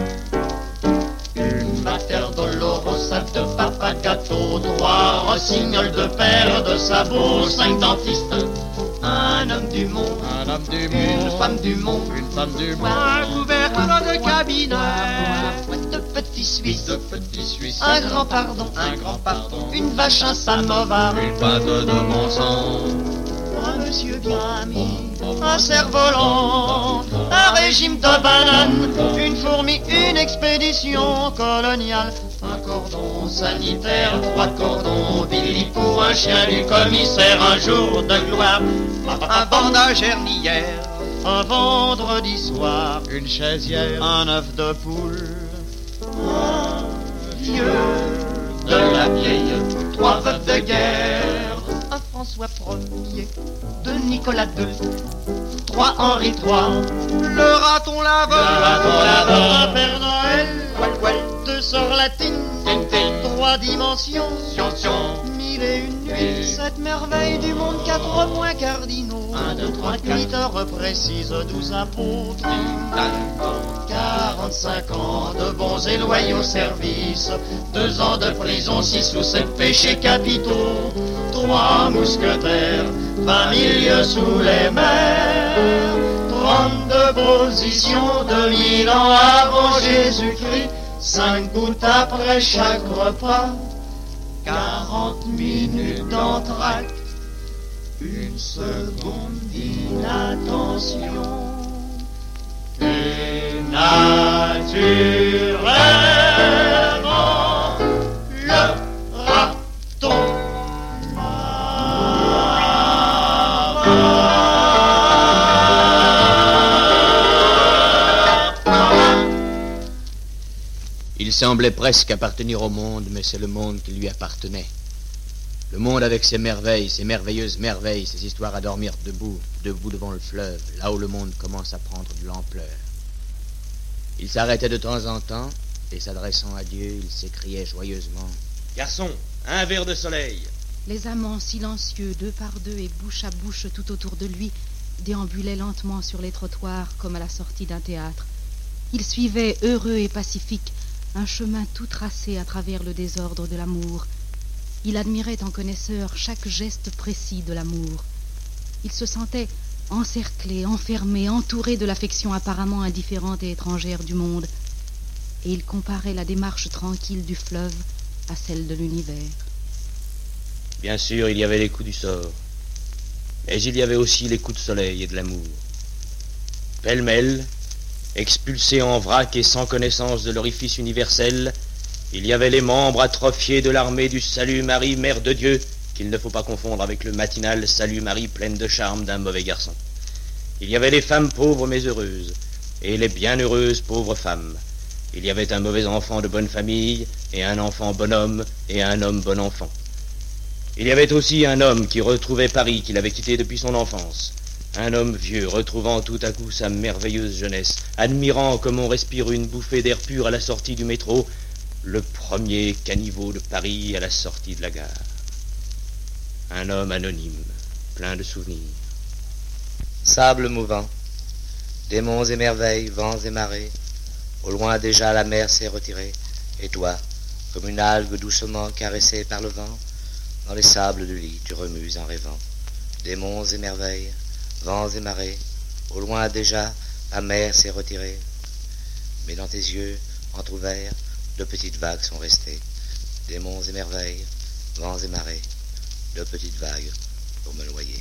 D: une mater dolorosa de papa gâteau, trois rossignols de père de sabot, cinq dentistes, un homme du monde,
I: un homme du
D: une
I: monde,
D: femme du monde,
I: une femme du monde,
D: un
I: couvercle de cabinet,
D: de petits Suisses,
I: de petits Suisses,
D: un grand pardon,
I: un grand pardon,
D: une vache, un samovar,
I: une pâte de bon sang,
D: un monsieur bien mis, un cerf-volant, un régime de bananes, une fourmi, une expédition coloniale, un cordon sanitaire, trois cordons Billy pour un chien du commissaire, un jour de gloire,
I: un bandage hernière,
D: un vendredi soir,
I: une chaisière,
D: un œuf de poule, un vieux de la vieille, trois veuves de guerre, un François Ier, deux Nicolas deux, trois Henri trois,
I: le raton laveur,
D: le raton laveur, un Père Noël,
I: well, well,
D: deux sœurs latines, trois dimensions,
I: sion, sion,
D: mille et une nuits, sept merveilles du monde, quatre points cardinaux,
I: un, deux, trois,
D: huit heures précises, douze apôtres, quarante-cinq ans de bons et loyaux services, deux ans de prison, six ou sept péchés capitaux, trois mousquetaires, vingt mille lieues sous les mers, trente-deux positions de mille ans avant Jésus-Christ, cinq gouttes après chaque repas, quarante minutes d'entracte, une seconde d'inattention. Et naturellement, le raton
F: Il semblait presque appartenir au monde, mais c'est le monde qui lui appartenait. Le monde avec ses merveilles, ses merveilleuses merveilles, ses histoires à dormir debout, debout devant le fleuve, là où le monde commence à prendre de l'ampleur. Il s'arrêtait de temps en temps, et s'adressant à Dieu, il s'écriait joyeusement «
E: Garçon, un verre de soleil !»
H: Les amants silencieux, deux par deux et bouche à bouche tout autour de lui, déambulaient lentement sur les trottoirs comme à la sortie d'un théâtre. Ils suivaient, heureux et pacifiques, un chemin tout tracé à travers le désordre de l'amour. Il admirait en connaisseur chaque geste précis de l'amour. Il se sentait encerclé, enfermé, entouré de l'affection apparemment indifférente et étrangère du monde. Et il comparait la démarche tranquille du fleuve à celle de l'univers.
E: Bien sûr, il y avait les coups du sort, mais il y avait aussi les coups de soleil et de l'amour. Pêle-mêle, expulsés en vrac et sans connaissance de l'orifice universel, il y avait les membres atrophiés de l'armée du Salut Marie, Mère de Dieu, qu'il ne faut pas confondre avec le matinal Salut Marie pleine de charme d'un mauvais garçon. Il y avait les femmes pauvres mais heureuses, et les bienheureuses pauvres femmes. Il y avait un mauvais enfant de bonne famille, et un enfant bonhomme, et un homme bon enfant. Il y avait aussi un homme qui retrouvait Paris, qu'il avait quitté depuis son enfance. Un homme vieux, retrouvant tout à coup sa merveilleuse jeunesse, admirant comme on respire une bouffée d'air pur à la sortie du métro, le premier caniveau de Paris à la sortie de la gare. Un homme anonyme, plein de souvenirs.
F: Sable mouvant, démons et merveilles, vents et marées, au loin déjà la mer s'est retirée, et toi, comme une algue doucement caressée par le vent, dans les sables du lit tu remues en rêvant. Démons et merveilles, vents et marées, au loin déjà la mer s'est retirée, mais dans tes yeux entr'ouverts, de petites vagues sont restées. Démons et merveilles, vents et marées, de petites vagues pour me noyer.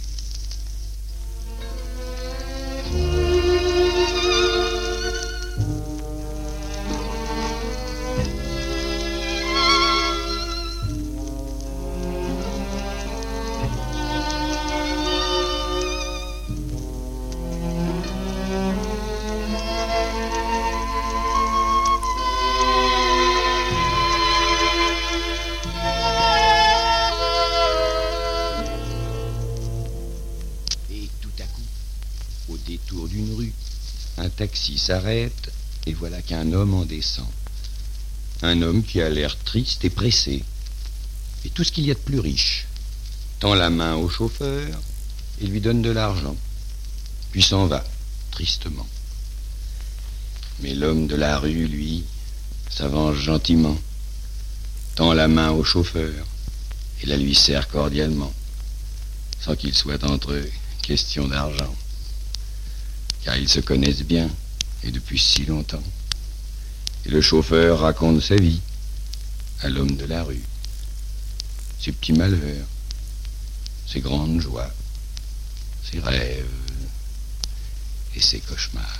L: Un taxi s'arrête et voilà qu'un homme en descend. Un homme qui a l'air triste et pressé. Et tout ce qu'il y a de plus riche. Tend la main au chauffeur et lui donne de l'argent. Puis s'en va, tristement. Mais l'homme de la rue, lui, s'avance gentiment. Tend la main au chauffeur et la lui serre cordialement. Sans qu'il soit entre eux question d'argent. Car ils se connaissent bien, et depuis si longtemps. Et le chauffeur raconte sa vie à l'homme de la rue. Ses petits malheurs, ses grandes joies, ses rêves et ses cauchemars.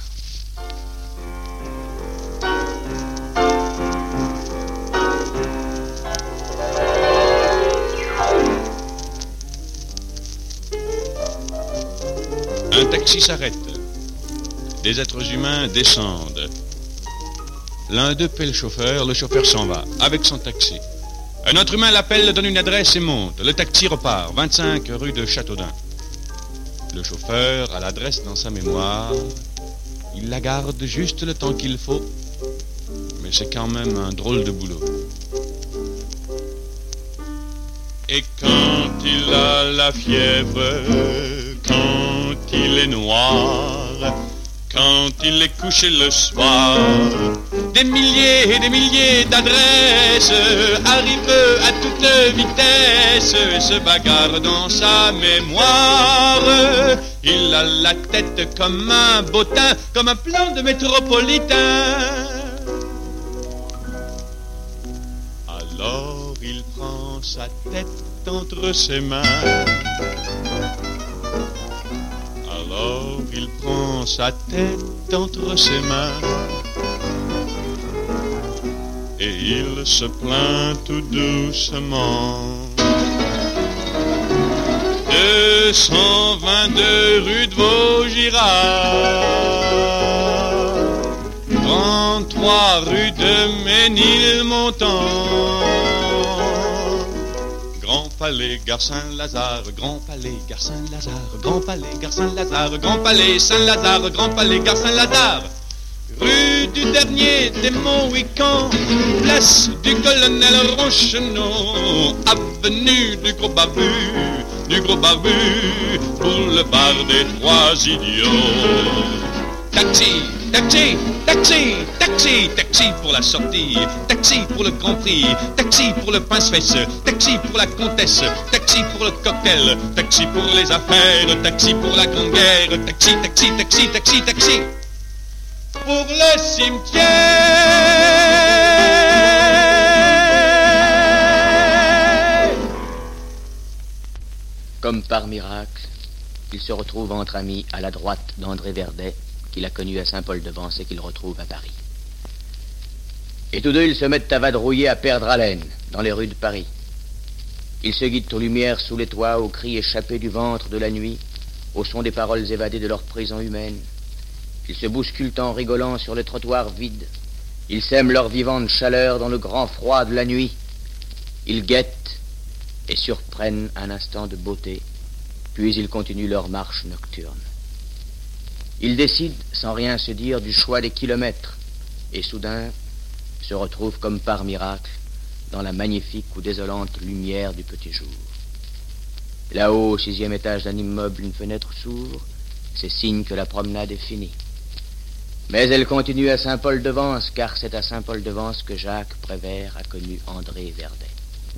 K: Un taxi s'arrête. Des êtres humains descendent. L'un d'eux paie le chauffeur, le chauffeur s'en va, avec son taxi. Un autre humain l'appelle, donne une adresse et monte. Le taxi repart, vingt-cinq rue de Châteaudun. Le chauffeur a l'adresse dans sa mémoire. Il la garde juste le temps qu'il faut. Mais c'est quand même un drôle de boulot. Et quand il a la fièvre, quand il est noir, quand il est couché le soir, des milliers et des milliers d'adresses arrivent à toute vitesse et se bagarrent dans sa mémoire. Il a la tête comme un bottin, comme un plan de métropolitain. Alors il prend sa tête entre ses mains. Alors il prend sa tête entre ses mains et il se plaint tout doucement. deux cent vingt-deux rue de Vaugirard, trente-trois rue de Ménilmontant, Grand Palais, Gare Saint-Lazare, Grand Palais, Gare Saint-Lazare, Grand Palais, Gare Saint-Lazare, Grand Palais, Saint-Lazare, Grand Palais, Gare Saint-Lazare. Rue du dernier des Mohicans, place du colonel Roncheneau, avenue du gros barbu, du gros barbu, boulevard des trois idiots. Taxi, taxi, taxi, taxi, taxi pour la sortie, taxi pour le Grand Prix, taxi pour le pince-fesse, taxi pour la comtesse, taxi pour le cocktail, taxi pour les affaires, taxi pour la grande guerre, taxi, taxi, taxi, taxi, taxi pour le cimetière.
F: Comme par miracle, il se retrouve entre amis à la droite d'André Verdet, qu'il a connu à Saint-Paul-de-Vence et qu'il retrouve à Paris. Et tous deux, ils se mettent à vadrouiller à perdre haleine dans les rues de Paris. Ils se guident aux lumières sous les toits, aux cris échappés du ventre de la nuit, au son des paroles évadées de leur prison humaine. Ils se bousculent en rigolant sur les trottoirs vides. Ils sèment leur vivante chaleur dans le grand froid de la nuit. Ils guettent et surprennent un instant de beauté, puis ils continuent leur marche nocturne. Ils décident, sans rien se dire, du choix des kilomètres, et soudain se retrouvent comme par miracle dans la magnifique ou désolante lumière du petit jour. Là-haut, au sixième étage d'un immeuble, une fenêtre s'ouvre, c'est signe que la promenade est finie. Mais elle continue à Saint-Paul-de-Vence, car c'est à Saint-Paul-de-Vence que Jacques Prévert a connu André Verdet.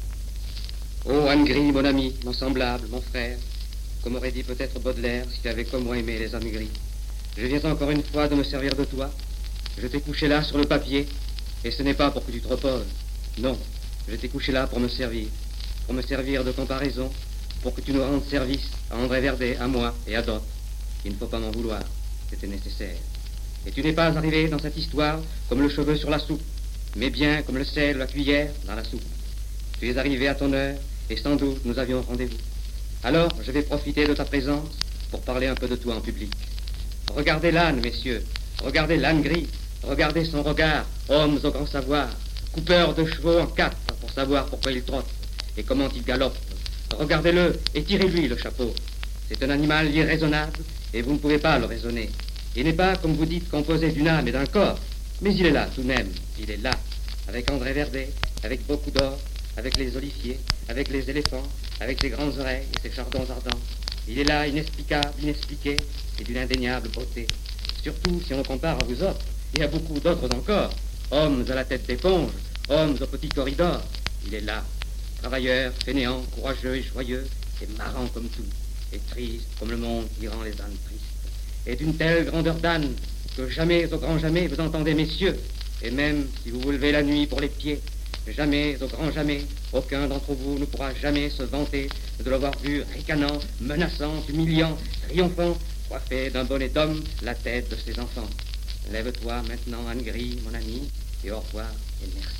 M: Oh, Anne Gris, mon ami, mon semblable, mon frère, comme aurait dit peut-être Baudelaire s'il avait comme moi aimé les âmes gris. Je viens encore une fois de me servir de toi. Je t'ai couché là sur le papier, et ce n'est pas pour que tu te reposes. Non, je t'ai couché là pour me servir, pour me servir de comparaison, pour que tu nous rendes service à André Verdet, à moi et à d'autres. Il ne faut pas m'en vouloir, c'était nécessaire. Et tu n'es pas arrivé dans cette histoire comme le cheveu sur la soupe, mais bien comme le sel ou la cuillère dans la soupe. Tu es arrivé à ton heure, et sans doute nous avions rendez-vous. Alors, je vais profiter de ta présence pour parler un peu de toi en public. Regardez l'âne, messieurs, regardez l'âne gris, regardez son regard, hommes au grand savoir, coupeur de chevaux en quatre pour savoir pourquoi il trotte et comment il galope. Regardez-le et tirez-lui le chapeau. C'est un animal irraisonnable et vous ne pouvez pas le raisonner. Il n'est pas, comme vous dites, composé d'une âme et d'un corps, mais il est là tout de même, il est là, avec André Verdet, avec beaucoup d'or, avec les oliviers, avec les éléphants, avec ses grandes oreilles et ses chardons ardents. Il est là, inexplicable, inexpliqué, et d'une indéniable beauté. Surtout si on le compare à vous autres, et à beaucoup d'autres encore. Hommes à la tête d'éponge, hommes au petit corridor. Il est là, travailleur, fainéant, courageux et joyeux, et marrant comme tout, et triste comme le monde qui rend les ânes tristes. Et d'une telle grandeur d'âne que jamais, au grand jamais, vous entendez, messieurs, et même si vous vous levez la nuit pour les pieds, jamais, au grand jamais, aucun d'entre vous ne pourra jamais se vanter de l'avoir vu ricanant, menaçant, humiliant, triomphant, coiffé d'un bonnet d'homme la tête de ses enfants. Lève-toi maintenant, Anne Gris, mon ami, et au revoir et merci.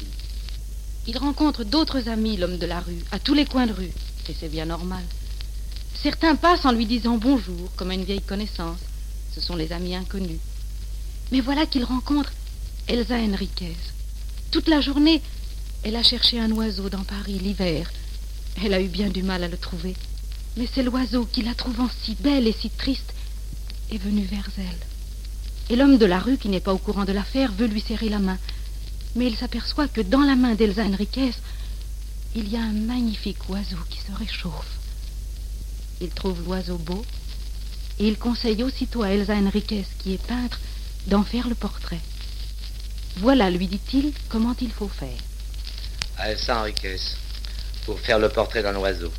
H: Il rencontre d'autres amis, l'homme de la rue, à tous les coins de rue, et c'est bien normal. Certains passent en lui disant bonjour, comme à une vieille connaissance. Ce sont les amis inconnus. Mais voilà qu'il rencontre Elsa Henriquez. Toute la journée, elle a cherché un oiseau dans Paris l'hiver. Elle a eu bien du mal à le trouver. Mais c'est l'oiseau qui, la trouvant si belle et si triste, est venu vers elle. Et l'homme de la rue, qui n'est pas au courant de l'affaire, veut lui serrer la main. Mais il s'aperçoit que dans la main d'Elsa Henriquez, il y a un magnifique oiseau qui se réchauffe. Il trouve l'oiseau beau, et il conseille aussitôt à Elsa Henriquez, qui est peintre, d'en faire le portrait. Voilà, lui dit-il, comment il faut faire.
N: À Elsa Henriquez, pour faire le portrait d'un oiseau.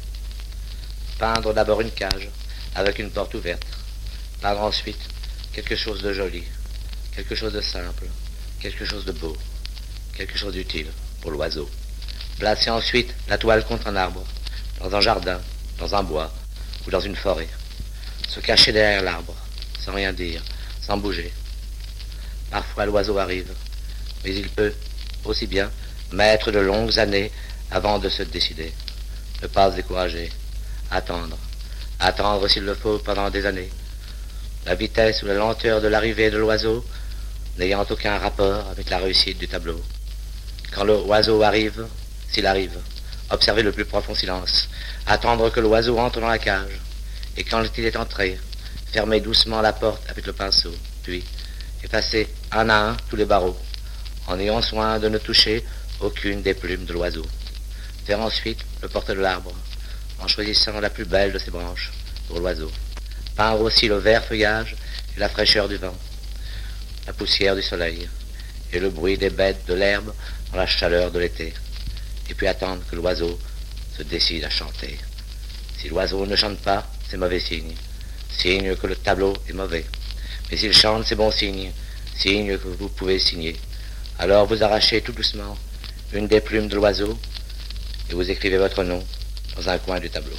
N: Peindre d'abord une cage, avec une porte ouverte. Peindre ensuite quelque chose de joli, quelque chose de simple, quelque chose de beau, quelque chose d'utile pour l'oiseau. Placer ensuite la toile contre un arbre, dans un jardin, dans un bois ou dans une forêt. Se cacher derrière l'arbre, sans rien dire, sans bouger. Parfois l'oiseau arrive, mais il peut aussi bien mettre de longues années avant de se décider. Ne pas se décourager, attendre, attendre s'il le faut pendant des années. La vitesse ou la lenteur de l'arrivée de l'oiseau n'ayant aucun rapport avec la réussite du tableau. Quand l'oiseau arrive, s'il arrive, observez le plus profond silence, attendre que l'oiseau entre dans la cage, et quand il est entré, fermez doucement la porte avec le pinceau, puis effacez un à un tous les barreaux, en ayant soin de ne toucher aucune des plumes de l'oiseau. Faire ensuite le portrait de l'arbre, en choisissant la plus belle de ses branches pour l'oiseau. Peindre aussi le vert feuillage et la fraîcheur du vent. la poussière du soleil et le bruit des bêtes de l'herbe dans la chaleur de l'été. Et puis attendre que l'oiseau se décide à chanter. Si l'oiseau ne chante pas, c'est mauvais signe. Signe que le tableau est mauvais. Mais s'il chante, c'est bon signe. Signe que vous pouvez signer. Alors vous arrachez tout doucement une des plumes de l'oiseau et vous écrivez votre nom dans un coin du tableau.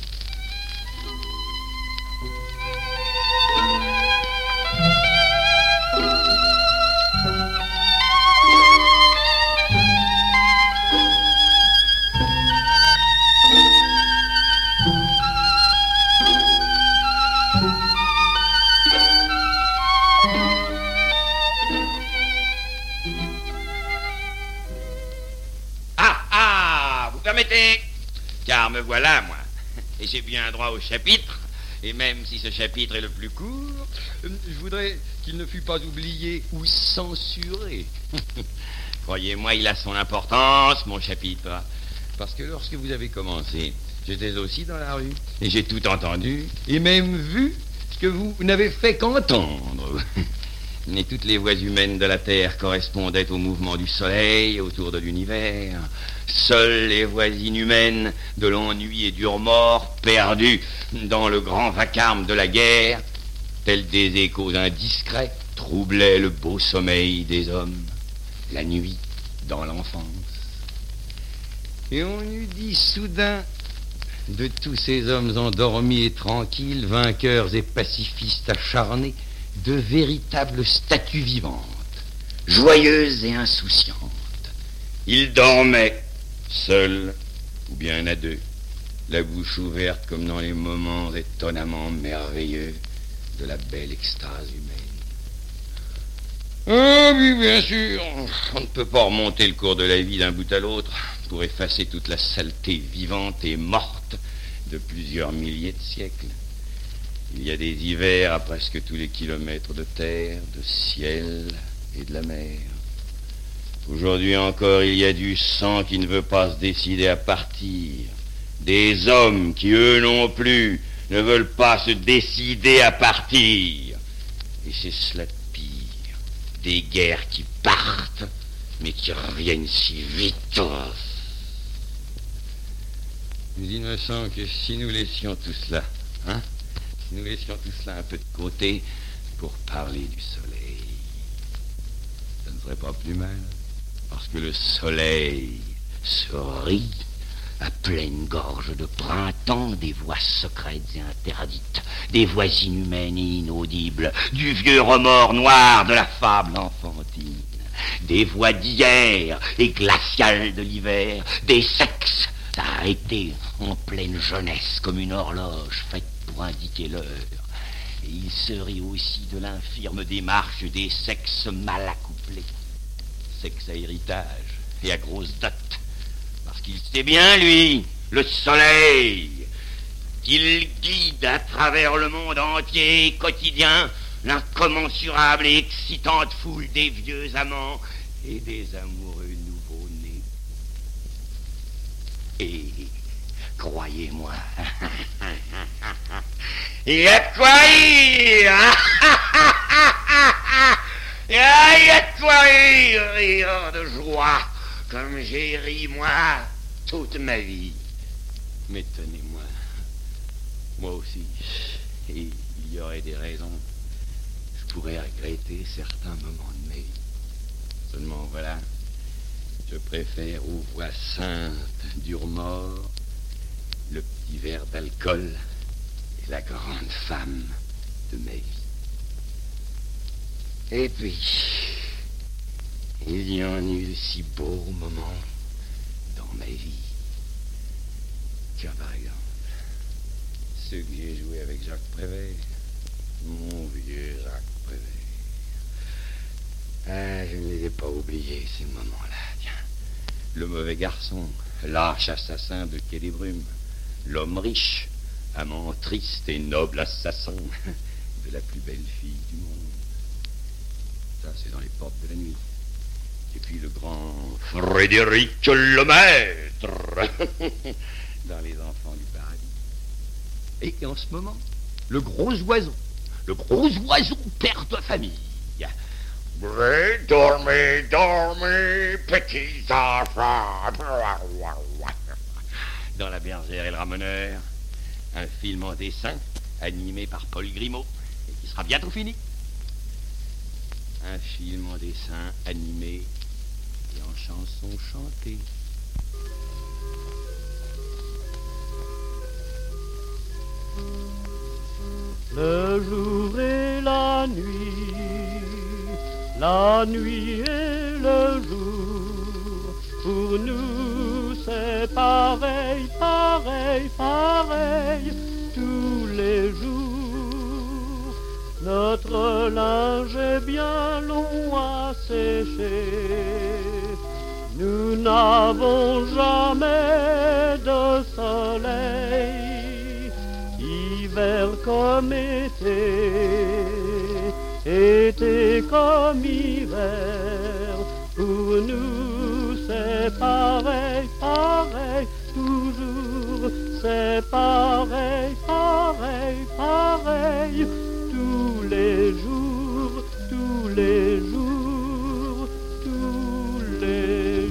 L: Car me voilà, moi. Et j'ai bien droit au chapitre. Et même si ce chapitre est le plus court, je voudrais qu'il ne fût pas oublié ou censuré. Croyez-moi, il a son importance, mon chapitre. Parce que lorsque vous avez commencé, j'étais aussi dans la rue. Et j'ai tout entendu, et même vu ce que vous n'avez fait qu'entendre. Et toutes les voix humaines de la Terre correspondaient au mouvement du soleil autour de l'univers. Seules les voix inhumaines de l'ennui et du remords, perdus dans le grand vacarme de la guerre, tels des échos indiscrets, troublaient le beau sommeil des hommes, la nuit dans l'enfance. Et on eût dit soudain de tous ces hommes endormis et tranquilles, vainqueurs et pacifistes acharnés, de véritables statues vivantes, joyeuses et insouciantes. Ils dormaient, seuls ou bien à deux, la bouche ouverte comme dans les moments étonnamment merveilleux de la belle extase humaine. Ah oui, bien sûr, on ne peut pas remonter le cours de la vie d'un bout à l'autre pour effacer toute la saleté vivante et morte de plusieurs milliers de siècles. Il y a des hivers à presque tous les kilomètres de terre, de ciel et de la mer. Aujourd'hui encore, il y a du sang qui ne veut pas se décider à partir. Des hommes qui, eux non plus, ne veulent pas se décider à partir. Et c'est cela de pire. Des guerres qui partent, mais qui reviennent si vite. Mais il me semble que si nous laissions tout cela, hein, si nous laissions tout cela un peu de côté pour parler du soleil, ça ne serait pas plus mal. Parce que le soleil se rit à pleine gorge de printemps des voix secrètes et interdites, des voix inhumaines et inaudibles, du vieux remords noir de la fable enfantine, des voix d'hier et glaciales de l'hiver, des sexes arrêtés en pleine jeunesse comme une horloge faite pour indiquer l'heure. Et il se rit aussi de l'infirme démarche des sexes mal accouplés, sexe à héritage et à grosse dot, parce qu'il sait bien, lui, le soleil, qu'il guide à travers le monde entier, quotidien, l'incommensurable et excitante foule des vieux amants et des amoureux nouveau-nés. Et, croyez-moi, il y a de quoi rire. Il y a de quoi rire, rire de joie, comme j'ai ri, moi, toute ma vie. Mais tenez-moi, moi aussi, et il y aurait des raisons, je pourrais regretter certains moments de ma vie. Seulement, voilà, je préfère aux voix saintes du remords, le petit verre d'alcool et la grande femme de ma vie. Et puis, il y en eut de si beaux moments dans ma vie. Tiens, par exemple, ceux que j'ai joués avec Jacques Prévert, mon vieux Jacques Prévert. Ah, je ne les ai pas oubliés, ces moments-là, tiens. Le mauvais garçon, lâche assassin de Quai des Brumes, l'homme riche, amant triste et noble assassin de la plus belle fille du monde. Ça, c'est dans les portes de la nuit. Et puis le grand Frédéric Lemaître dans les enfants du paradis. Et, et en ce moment, le gros oiseau, le gros oiseau père de famille,
O: Dormez, dormez, dormez, petits enfants.
L: Dans La Bergère et le Ramoneur, un film en dessin animé par Paul Grimaud et qui sera bientôt fini. Un film en dessin animé et en chanson chantée.
D: Le jour et la nuit, la nuit et le jour, pour nous c'est pareil, pareil, pareil, tous les jours. Notre linge est bien long à sécher, nous n'avons jamais de soleil, hiver comme été, été comme hiver, pour nous c'est pareil, pareil, toujours, c'est pareil, pareil, pareil, tous les jours, tous les jours, tous les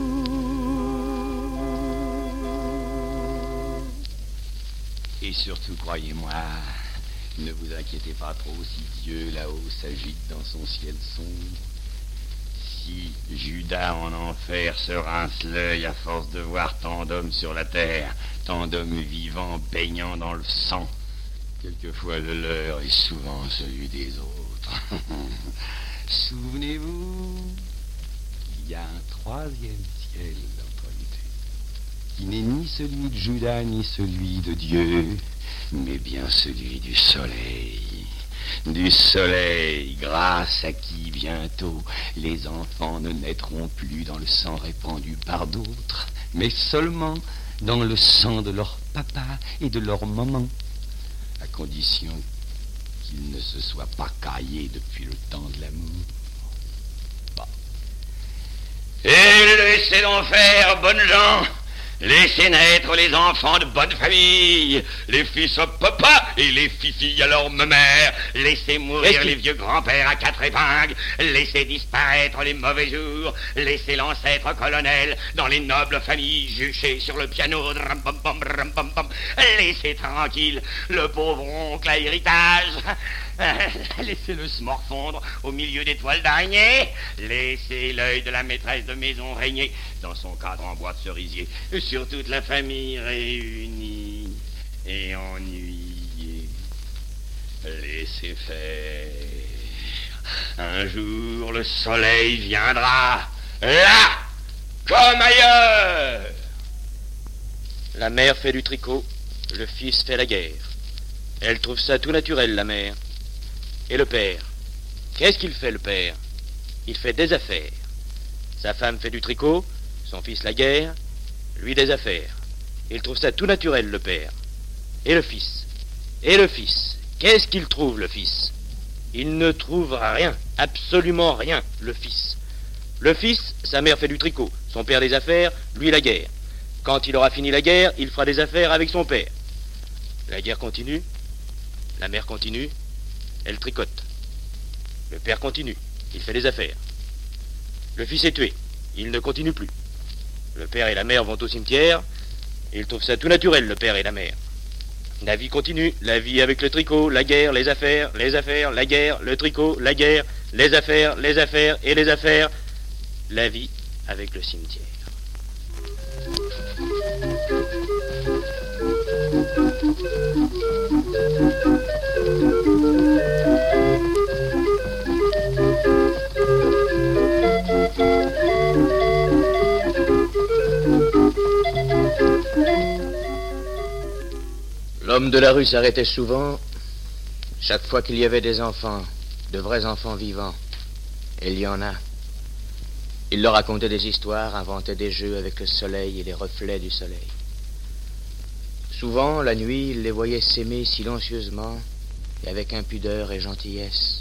D: jours.
L: Et surtout, croyez-moi, ne vous inquiétez pas trop si Dieu là-haut s'agite dans son ciel sombre. Si Judas en enfer se rince l'œil à force de voir tant d'hommes sur la terre, tant d'hommes vivants baignant dans le sang, quelquefois le leur est souvent celui des autres. Souvenez-vous, il y a un troisième ciel entre les deux, qui n'est ni celui de Judas ni celui de Dieu, mais bien celui du soleil. Du soleil, grâce à qui bientôt les enfants ne naîtront plus dans le sang répandu par d'autres, mais seulement dans le sang de leur papa et de leur maman, à condition qu'ils ne se soient pas caillés depuis le temps de l'amour. Bon. Et laissez donc faire, bonnes gens. Laissez naître les enfants de bonne famille, les fils au papa et les filles à leur mère. Laissez mourir les vieux grands-pères à quatre épingles. Laissez disparaître les mauvais jours. Laissez l'ancêtre colonel dans les nobles familles jucher sur le piano. Laissez tranquille le pauvre oncle à héritage. Laissez-le se morfondre au milieu des toiles d'araignée. Laissez l'œil de la maîtresse de maison régner dans son cadre en bois de cerisier sur toute la famille réunie et ennuyée. Laissez faire. Un jour le soleil viendra, là comme ailleurs. La mère fait du tricot, le fils fait la guerre. Elle trouve ça tout naturel, la mère. Et le père, qu'est-ce qu'il fait, le père? Il fait des affaires. Sa femme fait du tricot, son fils la guerre, lui des affaires. Il trouve ça tout naturel, le père. Et le fils? Et le fils, qu'est-ce qu'il trouve, le fils? Il ne trouve rien, absolument rien, le fils. Le fils, sa mère fait du tricot, son père des affaires, lui la guerre. Quand il aura fini la guerre, il fera des affaires avec son père. La guerre continue, la mère continue, elle tricote. Le père continue, il fait des affaires. Le fils est tué, il ne continue plus. Le père et la mère vont au cimetière, ils trouvent ça tout naturel, le père et la mère. La vie continue, la vie avec le tricot, la guerre, les affaires, les affaires, la guerre, le tricot, la guerre, les affaires, les affaires et les affaires. La vie avec le cimetière. L'homme de la rue s'arrêtait souvent, chaque fois qu'il y avait des enfants, de vrais enfants vivants. Et il y en a. Il leur racontait des histoires, inventait des jeux avec le soleil et les reflets du soleil. Souvent, la nuit, il les voyait s'aimer silencieusement et avec impudeur et gentillesse.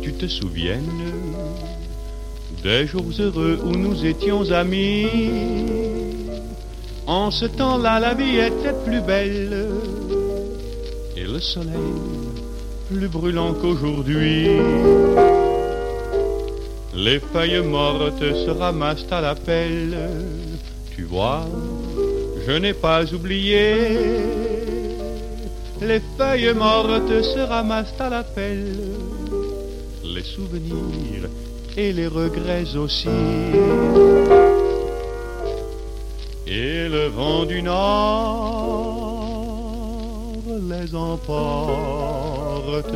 K: tu te souviennes des jours heureux où nous étions amis. En ce temps-là, la vie était plus belle et le soleil plus brûlant qu'aujourd'hui. Les feuilles mortes se ramassent à la pelle. Tu vois, je n'ai pas oublié. Les feuilles mortes se ramassent à la pelle. Les souvenirs et les regrets aussi. Et le vent du nord les emporte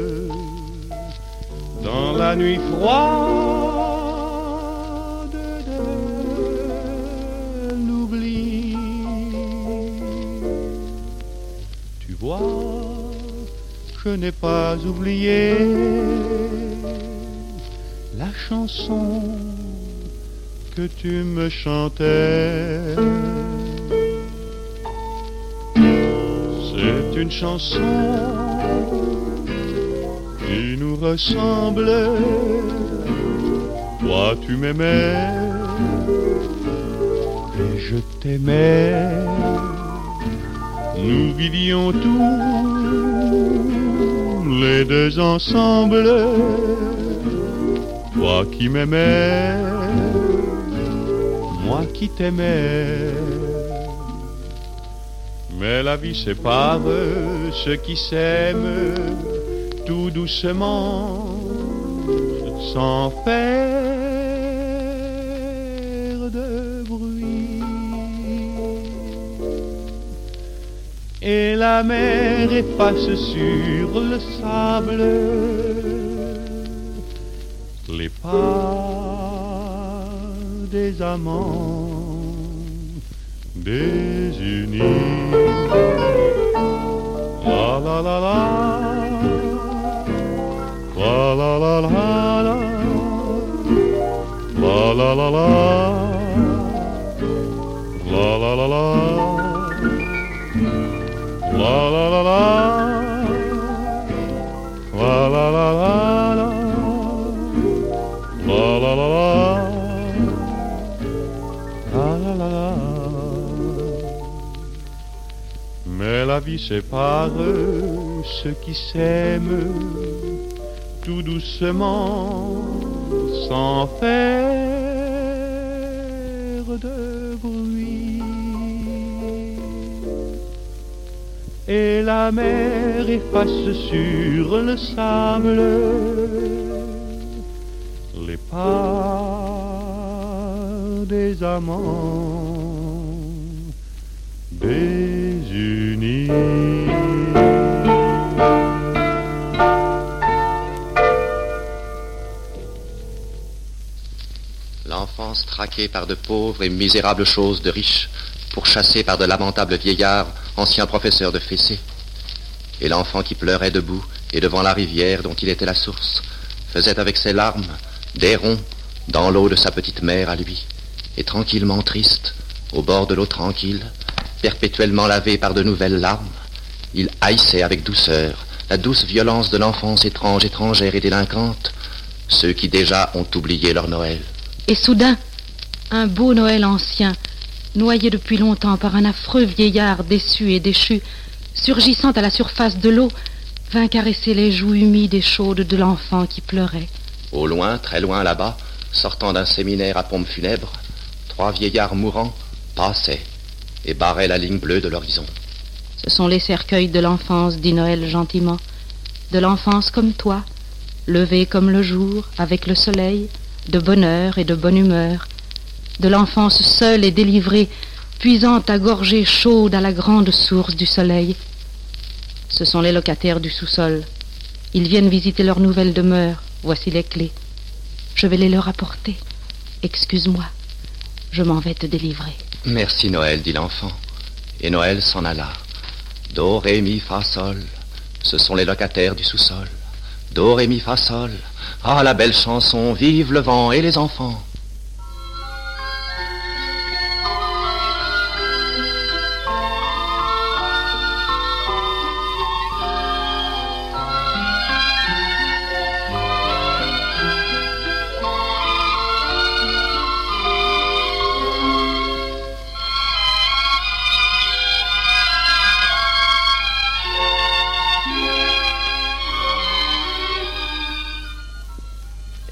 K: dans la nuit froide de l'oubli. Tu vois, je n'ai pas oublié la chanson que tu me chantais. C'est une chanson qui nous ressemble. Toi tu m'aimais et je t'aimais. Nous vivions tous les deux ensemble. Toi qui m'aimais, moi qui t'aimais. Mais la vie sépare ceux qui s'aiment tout doucement, sans faire de bruit. Et la mer efface sur le sable les pas des amants désunis. La la la la, la la la la, la la la la, la la la la, la la la la, la la la la. La la la la, la la la la. Mais la vie sépare ceux qui s'aiment tout doucement, sans faire de bruit. Et la mer efface sur le sable les pas des amants désunis.
G: L'enfance traquée par de pauvres et misérables choses de riches, pourchassée par de lamentables vieillards, anciens professeurs de fessée. Et l'enfant qui pleurait debout et devant la rivière dont il était la source, faisait avec ses larmes des ronds dans l'eau de sa petite mère à lui, et tranquillement triste, au bord de l'eau tranquille, perpétuellement lavé par de nouvelles larmes, il haïssait avec douceur la douce violence de l'enfance étrange, étrangère et délinquante, ceux qui déjà ont oublié leur Noël.
H: Et soudain, un beau Noël ancien, noyé depuis longtemps par un affreux vieillard déçu et déchu, surgissant à la surface de l'eau, vint caresser les joues humides et chaudes de l'enfant qui pleurait.
G: Au loin, très loin là-bas, sortant d'un séminaire à pompe funèbre, trois vieillards mourants passaient et barraient la ligne bleue de l'horizon.
H: Ce sont les cercueils de l'enfance, dit Noël gentiment. De l'enfance comme toi, levée comme le jour, avec le soleil, de bonheur et de bonne humeur. De l'enfance seule et délivrée, puisant à gorgée chaude à la grande source du soleil. Ce sont les locataires du sous-sol. Ils viennent visiter leur nouvelle demeure. Voici les clés. Je vais les leur apporter. Excuse-moi, je m'en vais te délivrer.
G: Merci Noël, dit l'enfant. Et Noël s'en alla. Do, ré, mi, fa, sol. Ce sont les locataires du sous-sol. Do, ré, mi, fa, sol. Ah, la belle chanson, vive le vent et les enfants.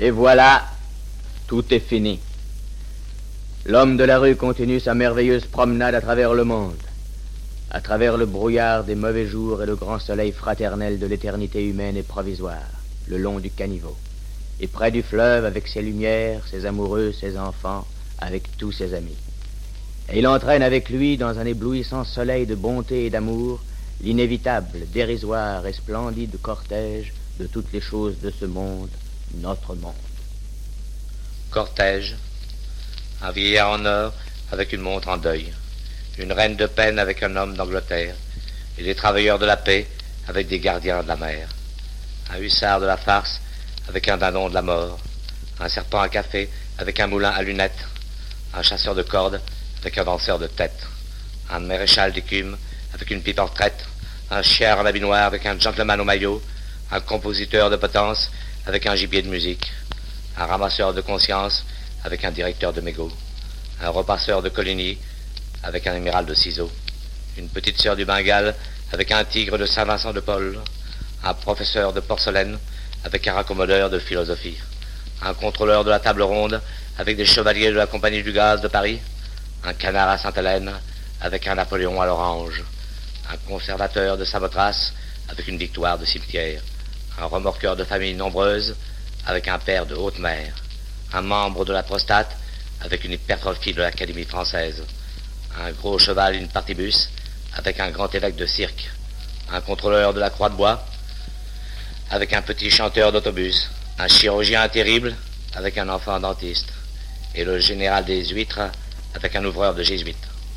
F: Et voilà, tout est fini. L'homme de la rue continue sa merveilleuse promenade à travers le monde, à travers le brouillard des mauvais jours et le grand soleil fraternel de l'éternité humaine et provisoire, le long du caniveau, et près du fleuve avec ses lumières, ses amoureux, ses enfants, avec tous ses amis. Et il entraîne avec lui dans un éblouissant soleil de bonté et d'amour l'inévitable, dérisoire et splendide cortège de toutes les choses de ce monde, notre monde.
N: Cortège, un vieillard en or avec une montre en deuil, une reine de peine avec un homme d'Angleterre, et des travailleurs de la paix avec des gardiens de la mer, un hussard de la farce avec un dindon de la mort, un serpent à café avec un moulin à lunettes, un chasseur de cordes avec un danseur de tête, un maréchal d'écume avec une pipe en retraite, un chiard en habit noir avec un gentleman au maillot, un compositeur de potence avec un gibier de musique, un ramasseur de conscience avec un directeur de mégot, un repasseur de Coligny avec un amiral de ciseaux, une petite sœur du Bengale avec un tigre de Saint-Vincent de Paul, un professeur de porcelaine avec un raccommodeur de philosophie, un contrôleur de la table ronde avec des chevaliers de la Compagnie du Gaz de Paris, un canard à Sainte-Hélène avec un Napoléon à l'orange, un conservateur de Samothrace avec une victoire de cimetière, un remorqueur de familles nombreuses avec un père de haute mer, un membre de la prostate avec une hypertrophie de l'Académie française, un gros cheval, une partibus avec un grand évêque de cirque, un contrôleur de la Croix de Bois avec un petit chanteur d'autobus, un chirurgien terrible avec un enfant dentiste, et le général des huîtres avec un ouvreur de jésuites.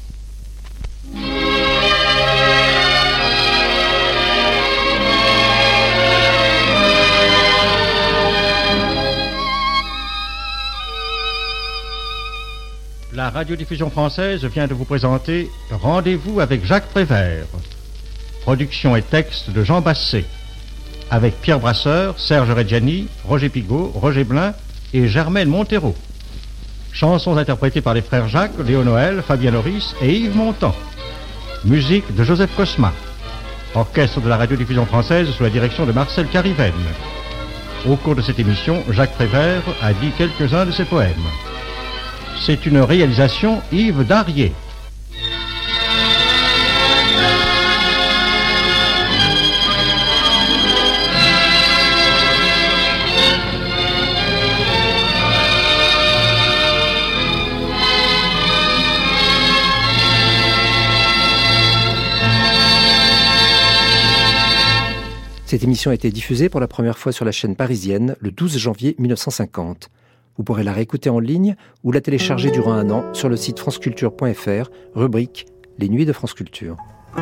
B: La radiodiffusion française vient de vous présenter Rendez-vous avec Jacques Prévert. Production et texte de Jean Basset, avec Pierre Brasseur, Serge Reggiani, Roger Pigault, Roger Blin et Germaine Montero. Chansons interprétées par les frères Jacques, Léo Noël, Fabien Loris et Yves Montand. Musique de Joseph Cosma. Orchestre de la radiodiffusion française sous la direction de Marcel Cariven. Au cours de cette émission, Jacques Prévert a dit quelques-uns de ses poèmes. C'est une réalisation Yves Darié.
A: Cette émission a été diffusée pour la première fois sur la chaîne parisienne le douze janvier mille neuf cent cinquante. Vous pourrez la réécouter en ligne ou la télécharger durant un an sur le site franceculture point f r, rubrique Les Nuits de France Culture.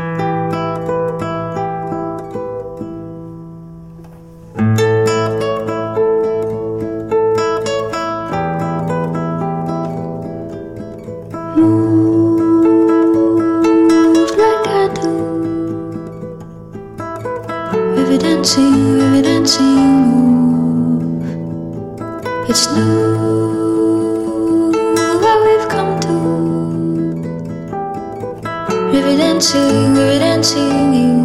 P: Dancing, river dancing, move. It's new where we've come to. River dancing, river dancing, you.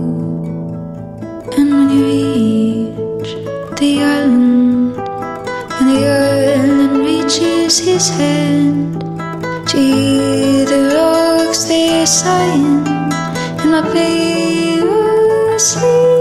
P: And when you reach the island, and the island reaches his hand, gee, the rocks they're sighing, and my baby was asleep.